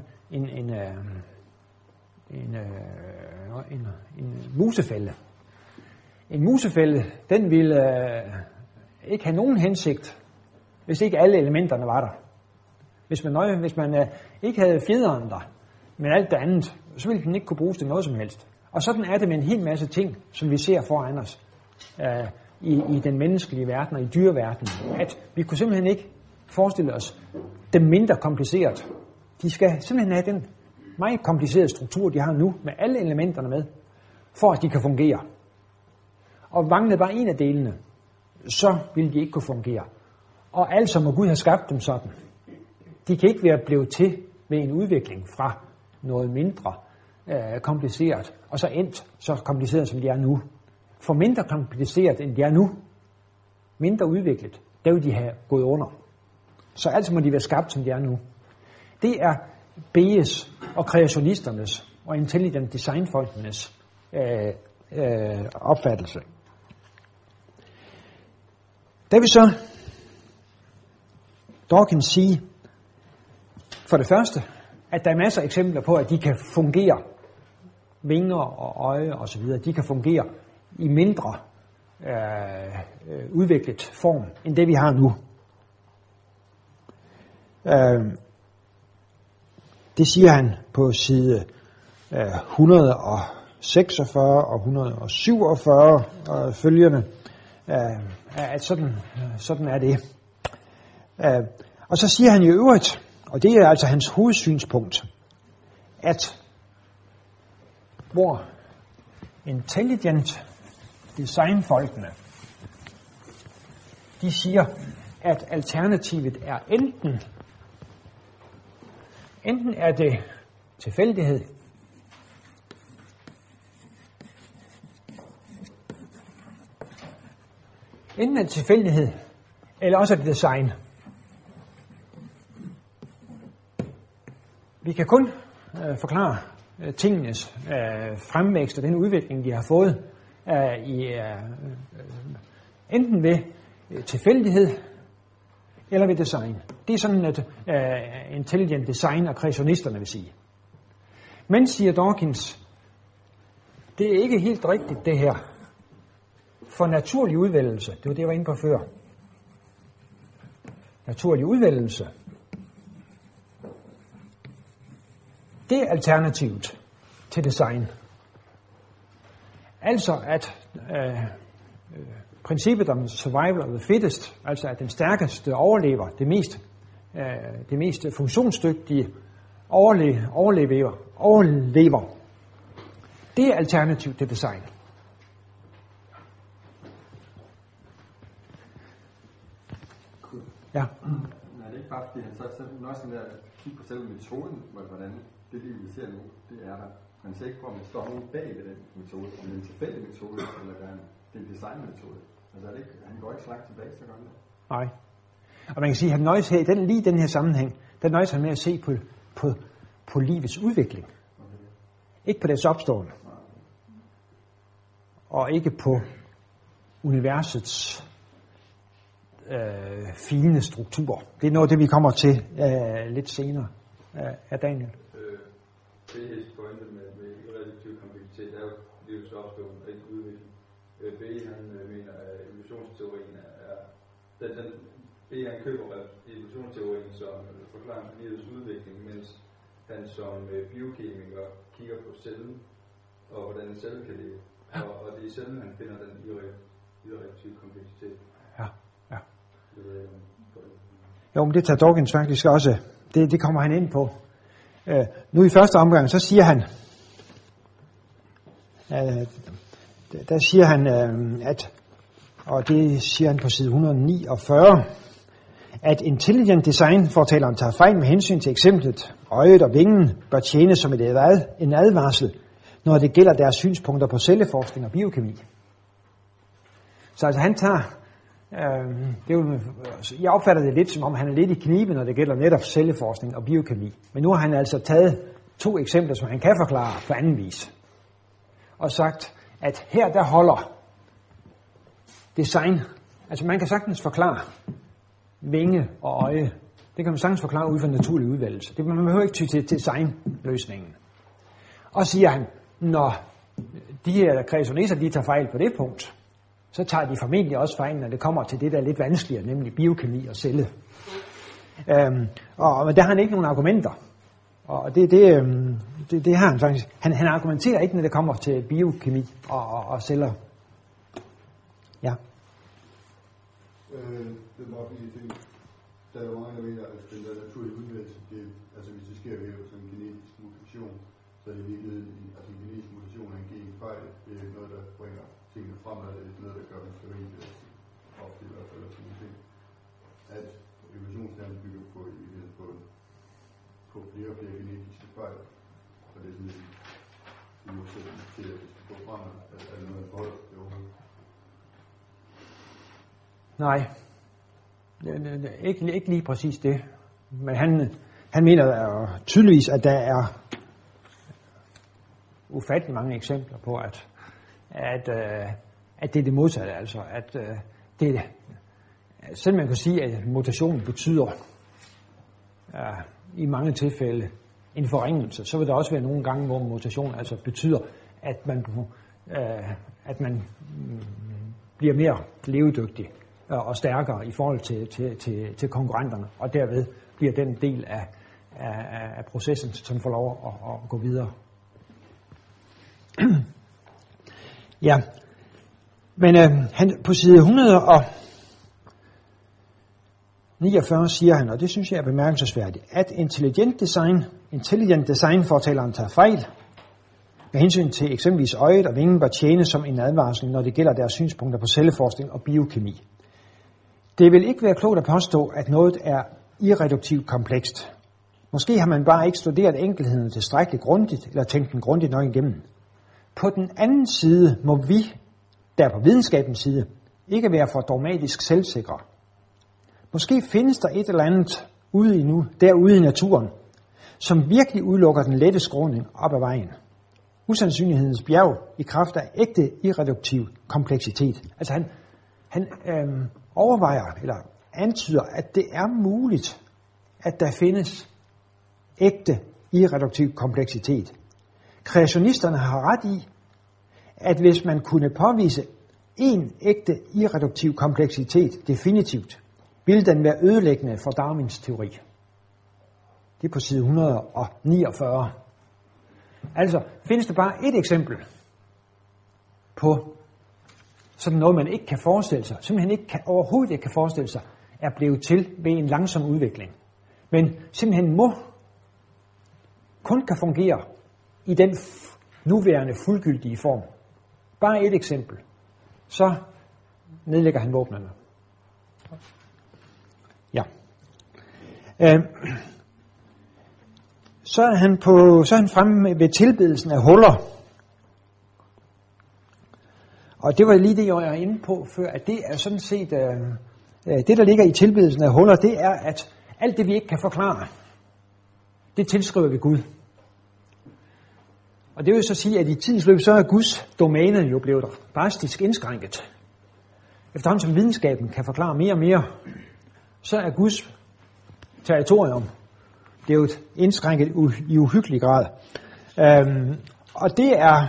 en musefælde. En musefælde, den ville ikke have nogen hensigt, hvis ikke alle elementerne var der. Hvis man ikke havde fjederen der, men alt det andet, så ville den ikke kunne bruges til noget som helst. Og sådan er det med en hel masse ting, som vi ser foran os i den menneskelige verden og i dyreverdenen. At vi kunne simpelthen ikke forestille os dem mindre kompliceret. De skal simpelthen have den meget komplicerede struktur, de har nu, med alle elementerne med, for at de kan fungere. Og manglede bare en af delene, så ville de ikke kunne fungere. Og altså må Gud have skabt dem sådan. De kan ikke være blevet til ved en udvikling fra noget mindre kompliceret, og så endt så kompliceret, som de er nu. For mindre kompliceret, end de er nu, mindre udviklet, der vil de have gået under. Så altså må de være skabt, som de er nu. Det er BS og kreationisternes og intelligent designfolkenes opfattelse. Der vil så Dawkins sige, for det første, at der er masser af eksempler på, at de kan fungere, vinger og øje og så videre, de kan fungere i mindre udviklet form, end det vi har nu. Det siger han på side 146 og 147 og følgende, at sådan er det. Og så siger han i øvrigt, og det er altså hans hovedsynspunkt, at hvor intelligent designfolkene, de siger, at alternativet er enten er det tilfældighed, eller også er det design. Vi kan kun forklare tingenes fremvækst og den udvikling, de har fået enten ved tilfældighed eller ved design. Det er sådan, at intelligent design og kreationisterne vil sige. Men, siger Dawkins, det er ikke helt rigtigt det her. For naturlig udvælgelse, det var det, jeg var inde på før. Naturlig udvælgelse, det er alternativet til design. Altså at princippet om survival of the fittest, altså at den stærkeste overlever, det mest funktionsdygtige overlever, det er alternativ til design. Ja. Nej, det er ikke bare fordi han så nøjes med at kigge på selve metoden, hvordan det liv vi ser nu, det er der. Man ser ikke på, om der står nogen bag ved den metode, om det er en tilfældig metode, eller det er en designmetode. Altså er det ikke, han går ikke så langt tilbage, så gør det. Nej. Og man kan sige, at han nøjes her, lige i den her sammenhæng, der nøjes han med at se på livets udvikling. Okay. Ikke på dets opstående. Og ikke på universets fine struktur. Det er noget, det vi kommer til lidt senere af Daniel. Beheds pointe med relativ kompleksitet er jo livets opstående og ikke udvikling. Behe, han mener, at evolutionsteorien er det han køber evolutionsteorien som forklaring på livets udvikling, mens han som biokemiker kigger på cellen og hvordan en celle kan leve. Og det er i cellen, han finder den irrelative kompleksitet. Ja. Jo, men det tager Dawkins faktisk også. Det kommer han ind på. Nu i første omgang, så siger han, der siger han, at, og det siger han på side 149, at intelligent design, fortælleren tager fejl med hensyn til eksemplet, øjet og vingen bør tjene som en advarsel, når det gælder deres synspunkter på celleforskning og biokemi. Så altså han tager, jeg opfatter det lidt som om han er lidt i knibe, når det gælder netop celleforskning og biokemi. Men nu har han altså taget 2 eksempler, som han kan forklare på anden vis. og sagt, at her der holder design. Altså man kan sagtens forklare vinge og øje. Det kan man sagtens forklare ud fra naturlig udvalgelse. Man behøver ikke ty til designløsningen. Og siger han, når de her kreationisser, de tager fejl på det punkt, så tager de formentlig også fejl, når det kommer til det, der er lidt vanskeligere, nemlig biokemi og celle. Og der har han ikke nogen argumenter. Og det har han faktisk. Han argumenterer ikke, når det kommer til biokemi og celler. Ja. Det var fordi jeg tænkte, der er jo mange, der mener, at den der naturlige udvalgelse, altså hvis det sker ved sådan en genetisk mutation, så er det virkelig, altså en genetisk mutation er en genfejl. Det er ikke noget, der bringer tingene fremad, det er ikke noget, der gør dem steril, ofte i hvert fald, sådan nogle ting. At evolutionsteorien bygger på flere og flere genetiske fejl, og det er sådan en modsætning til, at det skal gå fremad, er det noget, der forholder sig overhovedet? Nej, ikke lige præcis det. Men han mener tydeligvis, at der er ufattelig mange eksempler på, at det er det modsatte. Altså, at det selv man kan sige, at mutationen betyder i mange tilfælde en forringelse, så vil der også være nogle gange, hvor mutation altså betyder, at man bliver mere levedygtig og stærkere i forhold til konkurrenterne, og derved bliver den del af processen, som får lov at gå videre. Ja, men han på side 149 siger han, og det synes jeg er bemærkelsesværdigt, at intelligent design fortaleren tager fejl med hensyn til eksempelvis øjet og vingen bør tjene som en advarsel, når det gælder deres synspunkter på celleforskning og biokemi. Det vil ikke være klogt at påstå, at noget er irreduktivt komplekst. Måske har man bare ikke studeret enkelheden tilstrækkeligt grundigt, eller tænkt den grundigt nok igennem. På den anden side må vi, der på videnskabens side, ikke være for dogmatisk selvsikre. Måske findes der et eller andet derude i naturen, som virkelig udelukker den lette skråning op ad vejen. Usandsynlighedens bjerg i kraft af ægte irreduktiv kompleksitet. Altså han overvejer eller antyder, at det er muligt, at der findes ægte irreduktiv kompleksitet. Kreationisterne har ret i, at hvis man kunne påvise en ægte irreduktiv kompleksitet definitivt, ville den være ødelæggende for Darwins teori. Det er på side 149. Altså, findes der bare et eksempel på sådan noget, man ikke kan forestille sig, simpelthen overhovedet ikke kan forestille sig, er blevet til ved en langsom udvikling. Men simpelthen kun kan fungere i den nuværende fuldgyldige form. Bare et eksempel. Så nedlægger han våbnene. Ja. Så er han fremme ved tilbedelsen af huller. Og det var lige det, jeg var inde på før, at det er sådan set, det der ligger i tilbedelsen af huller, det er, at alt det, vi ikke kan forklare, det tilskriver vi Gud. Og det vil så sige, at i tidens løb, så er Guds domæne jo blevet drastisk indskrænket. Efterhånden som videnskaben kan forklare mere og mere, så er Guds territorium blevet indskrænket i uhyggelig grad. Og det er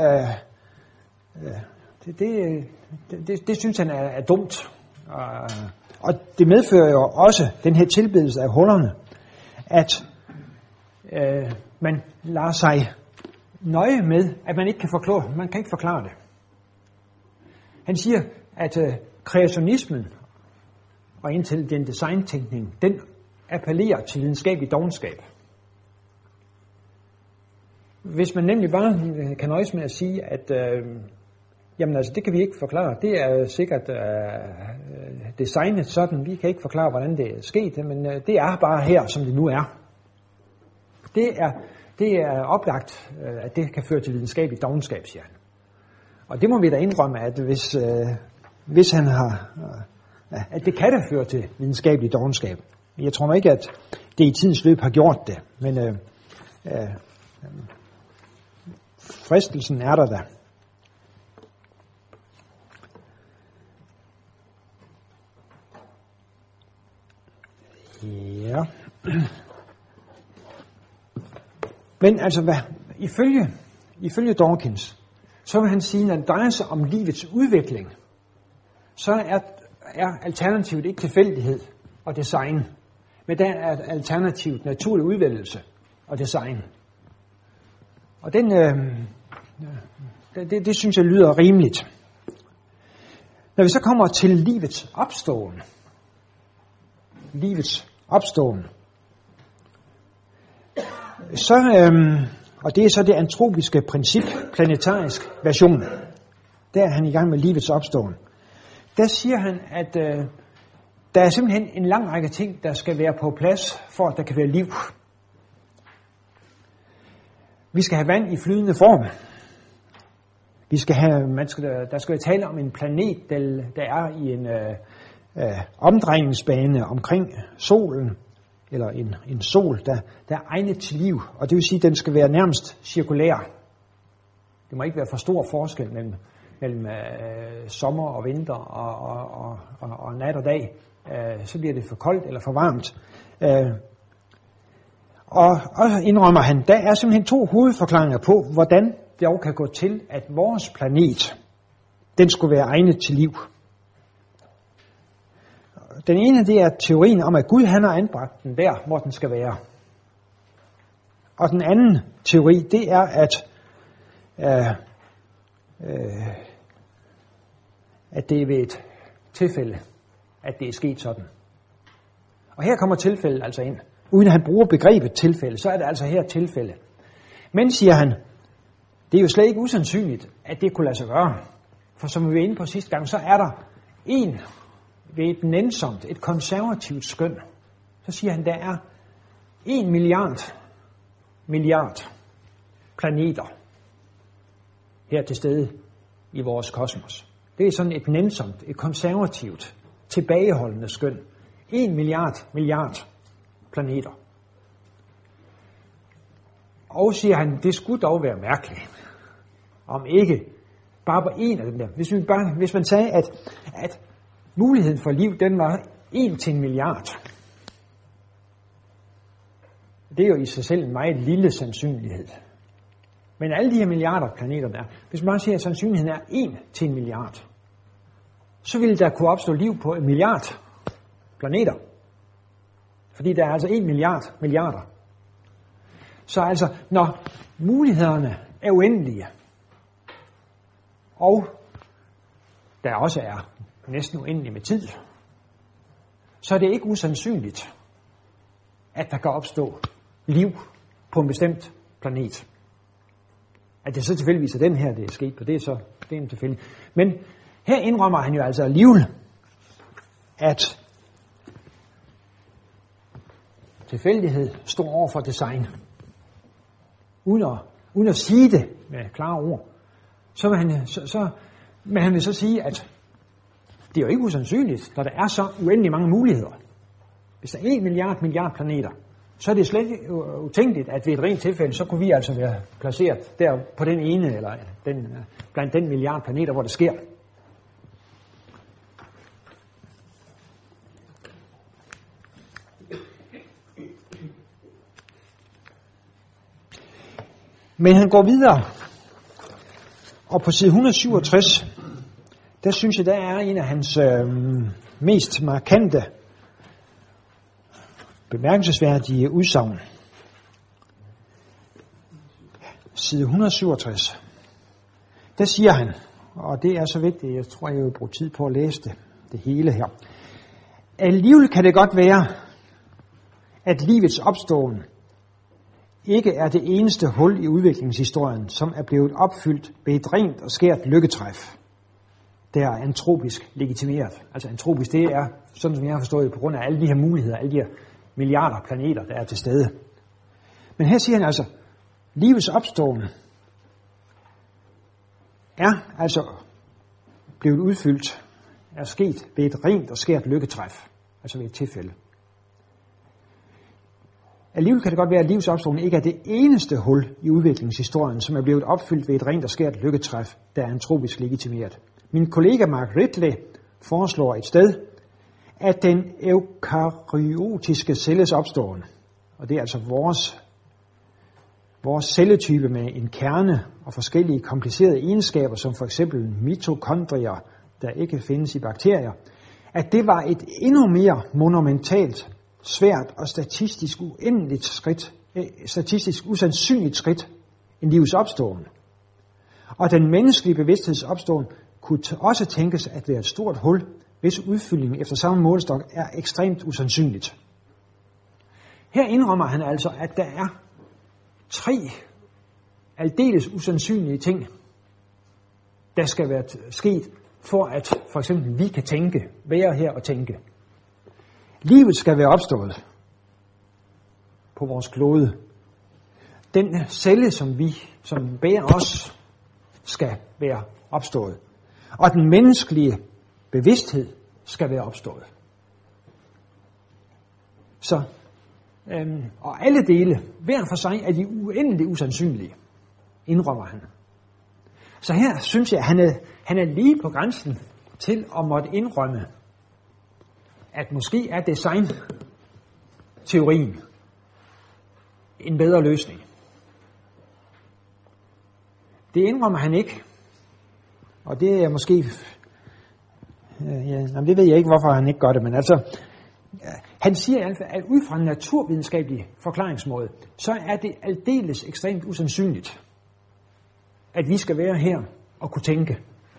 det synes han er dumt. Og det medfører jo også den her tilbedelse af hullerne, at man lader sig nøje med, at man ikke kan forklare det. Han siger, at kreationismen og intelligent design-tænkning, den appellerer til videnskabelig dovenskab. Hvis man nemlig bare kan nøjes med at sige, at jamen altså, det kan vi ikke forklare. Det er sikkert designet sådan. Vi kan ikke forklare, hvordan det er sket, men det er bare her, som det nu er. Det er oplagt, at det kan føre til videnskabelig dovenskab, siger han. Og det må vi da indrømme, at hvis han har, at det kan da føre til videnskabelig dovenskab. Jeg tror nok ikke, at det i tidens løb har gjort det, men fristelsen er der da. Ja. Men altså, ifølge Dawkins, så vil han sige, at det drejer sig om livets udvikling, så er alternativet ikke tilfældighed og design, men der er alternativet naturlig udvælgelse og design. Og det synes jeg lyder rimeligt. Når vi så kommer til livets opståen, så, og det er så det antropiske princip, planetarisk version, der er han i gang med livets opståen. Der siger han, at der er simpelthen en lang række ting, der skal være på plads, for at der kan være liv. Vi skal have vand i flydende form. Der skal tale om en planet, der er i en omdrejningsbane omkring solen, eller en sol, der er egnet til liv. Og det vil sige, at den skal være nærmest cirkulær. Det må ikke være for stor forskel mellem sommer og vinter og nat og dag. Så bliver det for koldt eller for varmt. Og indrømmer han, der er simpelthen 2 hovedforklaringer på, hvordan det dog kan gå til, at vores planet, den skulle være egnet til liv. Den ene, det er teorien om, at Gud han har anbragt den der, hvor den skal være. Og den anden teori, det er, at det er ved et tilfælde, at det er sket sådan. Og her kommer tilfældet altså ind. Uden at han bruger begrebet tilfælde, så er det altså her tilfælde. Men, siger han, det er jo slet ikke usandsynligt, at det kunne lade sig gøre. For som vi var inde på sidste gang, så er der en ved et nænsomt, et konservativt skøn. Så siger han, der er 1 milliard planeter her til stede i vores kosmos. Det er sådan et nænsomt, et konservativt, tilbageholdende skøn. 1 milliard planeter. Og siger han, det skulle dog være mærkeligt, om ikke bare på en af dem der. Hvis man sagde, at muligheden for liv, den var 1 til 1 milliard. Det er jo i sig selv en meget lille sandsynlighed. Men alle de her milliarder planeter der, hvis man bare siger, at sandsynligheden er 1 til 1 milliard, så ville der kunne opstå liv på 1 milliard planeter. Fordi der er altså 1 milliarder. Så altså, når mulighederne er uendelige, og der også er næsten uendelige med tid, så er det ikke usandsynligt, at der kan opstå liv på en bestemt planet. At det så tilfældigvis er den her, det er sket på, det er en tilfældig. Men her indrømmer han jo altså alligevel, at tilfældighed står over for design. Uden at sige det med klare ord, men han vil så sige, at det er jo ikke usandsynligt, når der er så uendelig mange muligheder. Hvis der er 1 milliard planeter, så er det slet ikke utænkeligt, at ved et rent tilfælde, så kunne vi altså være placeret der på den ene, eller blandt den milliard planeter, hvor det sker. Men han går videre, og på side 167, der synes jeg, der er en af hans mest markante, bemærkelsesværdige udsagn. Side 167. Der siger han, og det er så vigtigt, jeg tror, jeg vil bruge tid på at læse det hele her. Alligevel kan det godt være, at livets opståen ikke er det eneste hul i udviklingshistorien, som er blevet opfyldt ved et rent og skært lykketræf. Det er antropisk legitimeret. Altså antropisk, det er, sådan som jeg har forstået, på grund af alle de her muligheder, alle de her milliarder planeter, der er til stede. Men her siger han altså, livets opståen er altså blevet udfyldt, er sket ved et rent og skært lykketræf, altså ved et tilfælde. Alligevel kan det godt være, at livets opståen ikke er det eneste hul i udviklingshistorien, som er blevet opfyldt ved et rent og skært lykketræf, der er antropisk legitimeret. Min kollega Mark Ridley foreslår et sted, at den eukaryotiske celles opståen, og det er altså vores celletype med en kerne og forskellige komplicerede egenskaber, som for eksempel mitokondrier, der ikke findes i bakterier, at det var et endnu mere monumentalt, svært og statistisk usandsynligt skridt end livets opståen. Og den menneskelige bevidsthedsopståen kunne også tænkes at være et stort hul, hvis udfyldningen efter samme målestok er ekstremt usandsynligt. Her indrømmer han altså, at der er 3 aldeles usandsynlige ting, der skal være sket, for at for eksempel vi kan tænke, være her og tænke. Livet skal være opstået på vores klode. Den celle, som bærer os, skal være opstået. Og den menneskelige bevidsthed skal være opstået. Så, og alle dele, hver for sig, er de uendeligt usandsynlige, indrømmer han. Så her synes jeg, at han er lige på grænsen til at måtte indrømme, at måske er designteorien en bedre løsning. Det indrømmer han ikke. Og det er måske... det ved jeg ikke, hvorfor han ikke gør det, men altså... Han siger i hvert fald, at ud fra en naturvidenskabelig forklaringsmåde, så er det aldeles ekstremt usandsynligt, at vi skal være her og kunne tænke.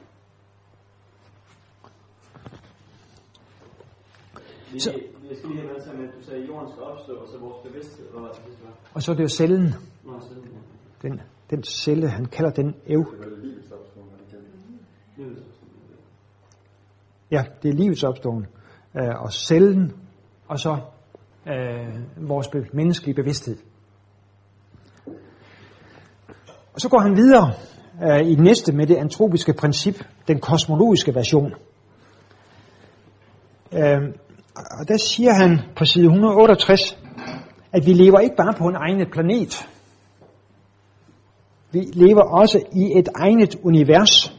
Jeg skal lige have med sig, at du sagde, at jorden skal opstå, og så vores bevidsthed. Og så er det jo cellen. Nå, cellen, ja. Den celle, han kalder den Ja, det er livets opståen. Og cellen, og så vores menneskelige bevidsthed. Og så går han videre i det næste med det antropiske princip, den kosmologiske version. Og der siger han på side 168, at vi lever ikke bare på en egnet planet. Vi lever også i et egnet univers.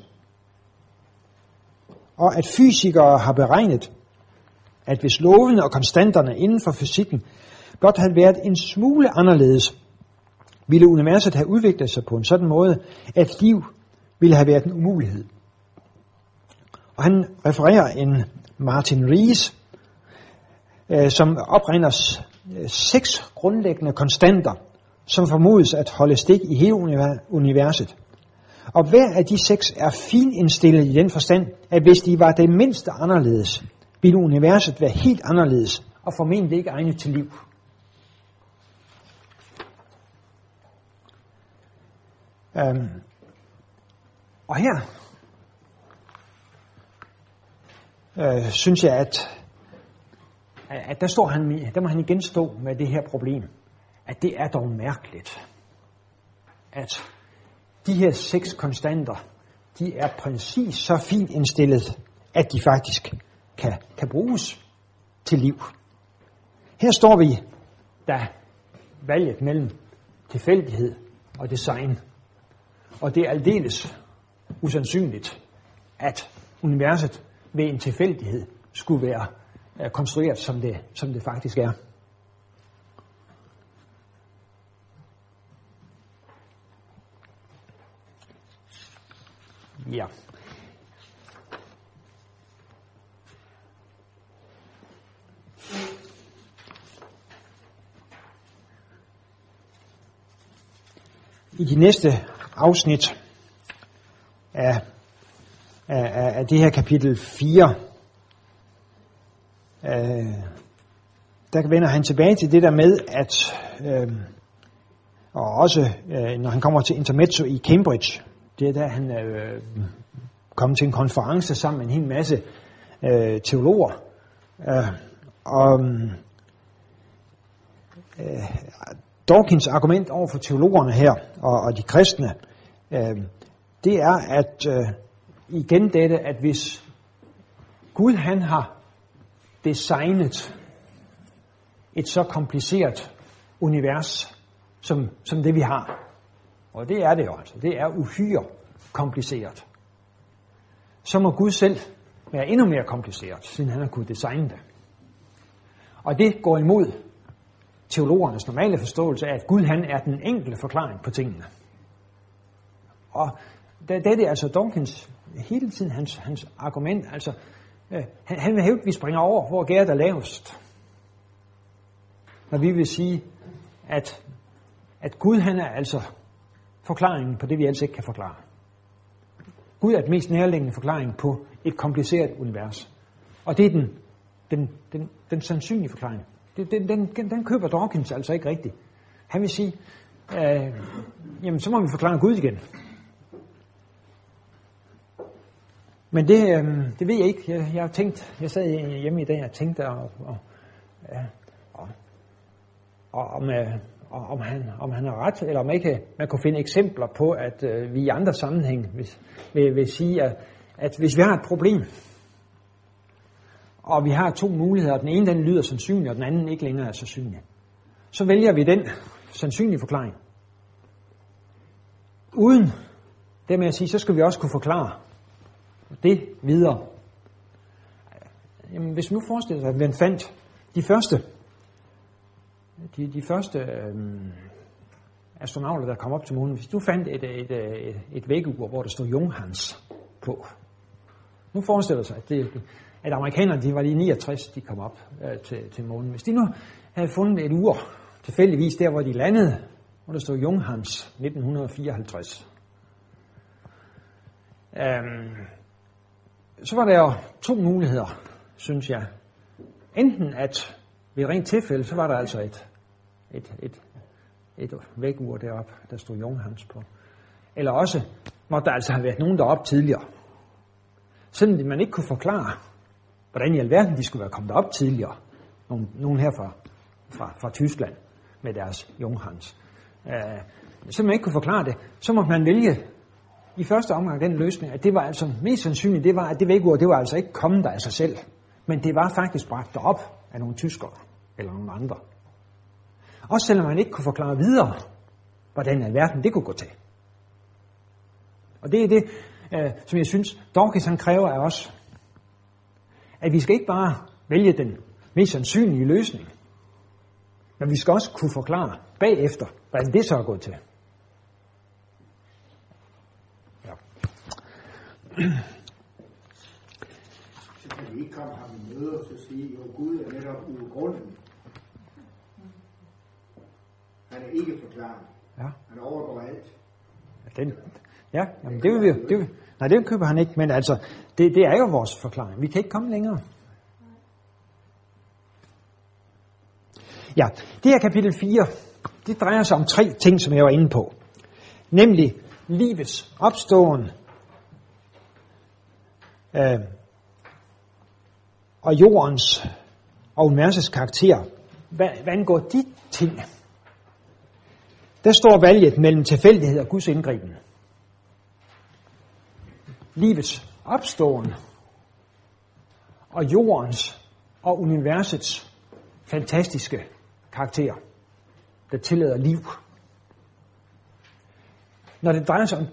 Og at fysikere har beregnet, at hvis lovene og konstanterne inden for fysikken blot havde været en smule anderledes, ville universet have udviklet sig på en sådan måde, at liv ville have været en umulighed. Og han refererer en Martin Rees, som opregner 6 grundlæggende konstanter, som formodes at holde stik i hele universet. Og hver af de 6 er finindstillet i den forstand, at hvis de var det mindste anderledes, ville universet være helt anderledes og formentlig ikke egnet til liv. Og her synes jeg, at der må han igen stå med det her problem, at det er dog mærkeligt, at de her 6 konstanter, de er præcis så fint indstillet, at de faktisk kan bruges til liv. Her står vi, da valget mellem tilfældighed og design. Og det er aldeles usandsynligt, at universet ved en tilfældighed skulle være konstrueret, som det faktisk er. Ja. I de næste afsnit af det her kapitel 4, der vender han tilbage til det der med, at og også når han kommer til intermezzo i Cambridge, det er der han kom til en konference sammen med en hel masse teologer, og Dawkins argument over for teologerne her og de kristne, det er at igen dette, at hvis Gud han har designet et så kompliceret univers som det vi har, og det er det jo altså, det er uhyre kompliceret, så må Gud selv være endnu mere kompliceret, siden han har kunnet designe det. Og det går imod teologernes normale forståelse af, at Gud han er den enkelte forklaring på tingene. Og det er altså Dawkins hele tiden hans argument. Altså, han vil hævde, at vi springer over, hvor gærdet er lavest. Når vi vil sige, at Gud han er altså forklaringen på det, vi ellers ikke kan forklare. Gud er den mest nærliggende forklaring på et kompliceret univers. Og det er den sandsynlige forklaring. Den køber Dawkins altså ikke rigtigt. Han vil sige, jamen så må vi forklare Gud igen. Men det ved jeg ikke. Jeg har tænkt, jeg sad hjemme i dag og tænkte om han har ret, eller om ikke man kunne finde eksempler på, at vi i andre sammenhæng vil sige, at hvis vi har et problem, og vi har to muligheder, den ene den lyder sandsynlig, og den anden ikke længere er sandsynlig, så vælger vi den sandsynlige forklaring. Uden det med at sige, så skal vi også kunne forklare det videre. Jamen, hvis vi nu forestiller sig, at man fandt de første astronauter, der kom op til månen, hvis du fandt et vækkeur, hvor der stod Junghans på. Nu forestiller sig, at amerikanerne, de var lige 69, de kom op til månen. Hvis de nu havde fundet et ur, tilfældigvis der, hvor de landede, hvor der stod Junghans 1954, så var der jo to muligheder, synes jeg. Enten at ved rent tilfælde, så var der altså et vækkeur deroppe, der stod Junghans på. Eller også måtte der altså have været nogen deroppe tidligere. Selvom man ikke kunne forklare, hvordan i alverden de skulle være kommet op tidligere. Nogen her fra Tyskland med deres Junghans. Selvom man ikke kunne forklare det, så måtte man vælge i første omgang den løsning, at det var altså mest sandsynligt, det var, at det vækkeur, det var altså ikke kommet der af sig selv. Men det var faktisk bragt derop af nogle tyskere eller nogle andre. Også selvom man ikke kunne forklare videre, hvordan alverden det kunne gå til. Og det er det, som jeg synes, Dawkins han kræver af os. At vi skal ikke bare vælge den mest sandsynlige løsning, men vi skal også kunne forklare bagefter, hvordan det så er gået til. Ja. Så kan vi ikke komme ham i møde og så sige, jo Gud er netop ugrunden. Han er ikke forklaret. Ja. Han overgår alt. Jamen det vil vi. Nej, det køber han ikke, men altså, det er jo vores forklaring. Vi kan ikke komme længere. Ja, det her kapitel 4, det drejer sig om 3 ting, som jeg var inde på. Nemlig livets opståen, og jordens og universets karakter. Hvad angår de ting? Der står valget mellem tilfældighed og Guds indgriben. Livets opståen og jordens og universets fantastiske karakter, der tillader liv. Når det drejer sig om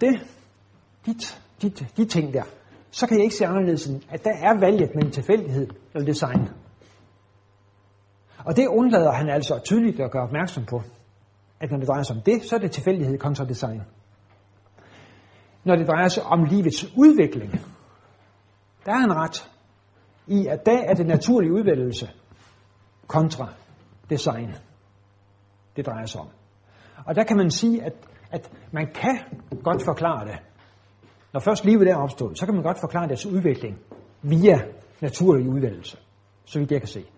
de ting der, så kan jeg ikke se anderledes end, at der er valget mellem tilfældighed eller design. Og det undlader han altså tydeligt at gøre opmærksom på, at når det drejer sig om det, så er det tilfældighed kontra design. Når det drejer sig om livets udvikling, der er han ret i, at der er det naturlige udvælgelse kontra design, det drejer sig om. Og der kan man sige, at man kan godt forklare det. Når først livet er opstået, så kan man godt forklare dets udvikling via naturlig udvælgelse, så vidt jeg kan se.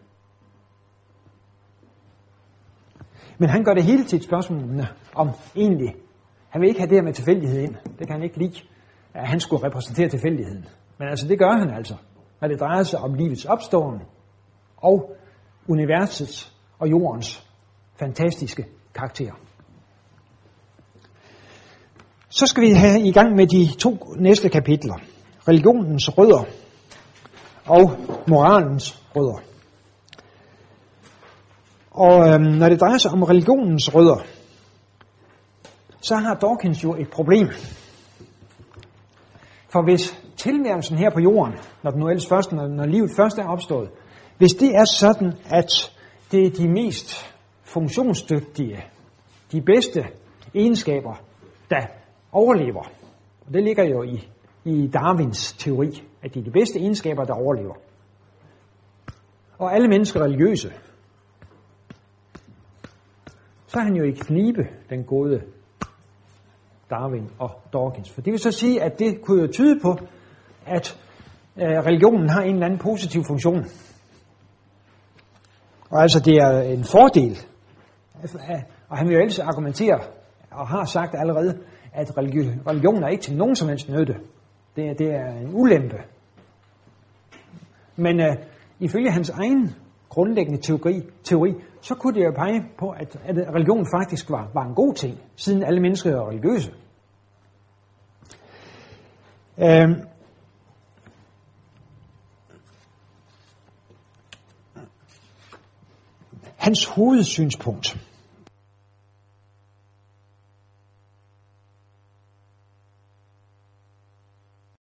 Men han gør det hele til et spørgsmål om egentlig. Han vil ikke have det her med tilfældighed ind. Det kan han ikke lide, at han skulle repræsentere tilfældigheden. Men altså, det gør han altså, når det drejer sig om livets opståen og universets og jordens fantastiske karakter. Så skal vi have i gang med de 2 næste kapitler. Religionens rødder og moralens rødder. Og når det drejer sig om religionens rødder, så har Dawkins jo et problem. For hvis tilværelsen her på jorden, når livet først er opstået, hvis det er sådan, at det er de mest funktionsdygtige, de bedste egenskaber, der overlever. Og det ligger jo i Darwins teori, at det er de bedste egenskaber, der overlever. Og alle mennesker er religiøse. Så er han jo i knibe, den gode Darwin og Dawkins. For det vil så sige, at det kunne jo tyde på, at religionen har en eller anden positiv funktion. Og altså det er en fordel. Og han vil jo ellers argumentere, og har sagt allerede, at religion er ikke til nogen som helst nytte. Det er en ulempe. Men ifølge hans egen grundlæggende teori, så kunne det jo pege på, at religion faktisk var en god ting, siden alle mennesker er religiøse. Hans hovedsynspunkt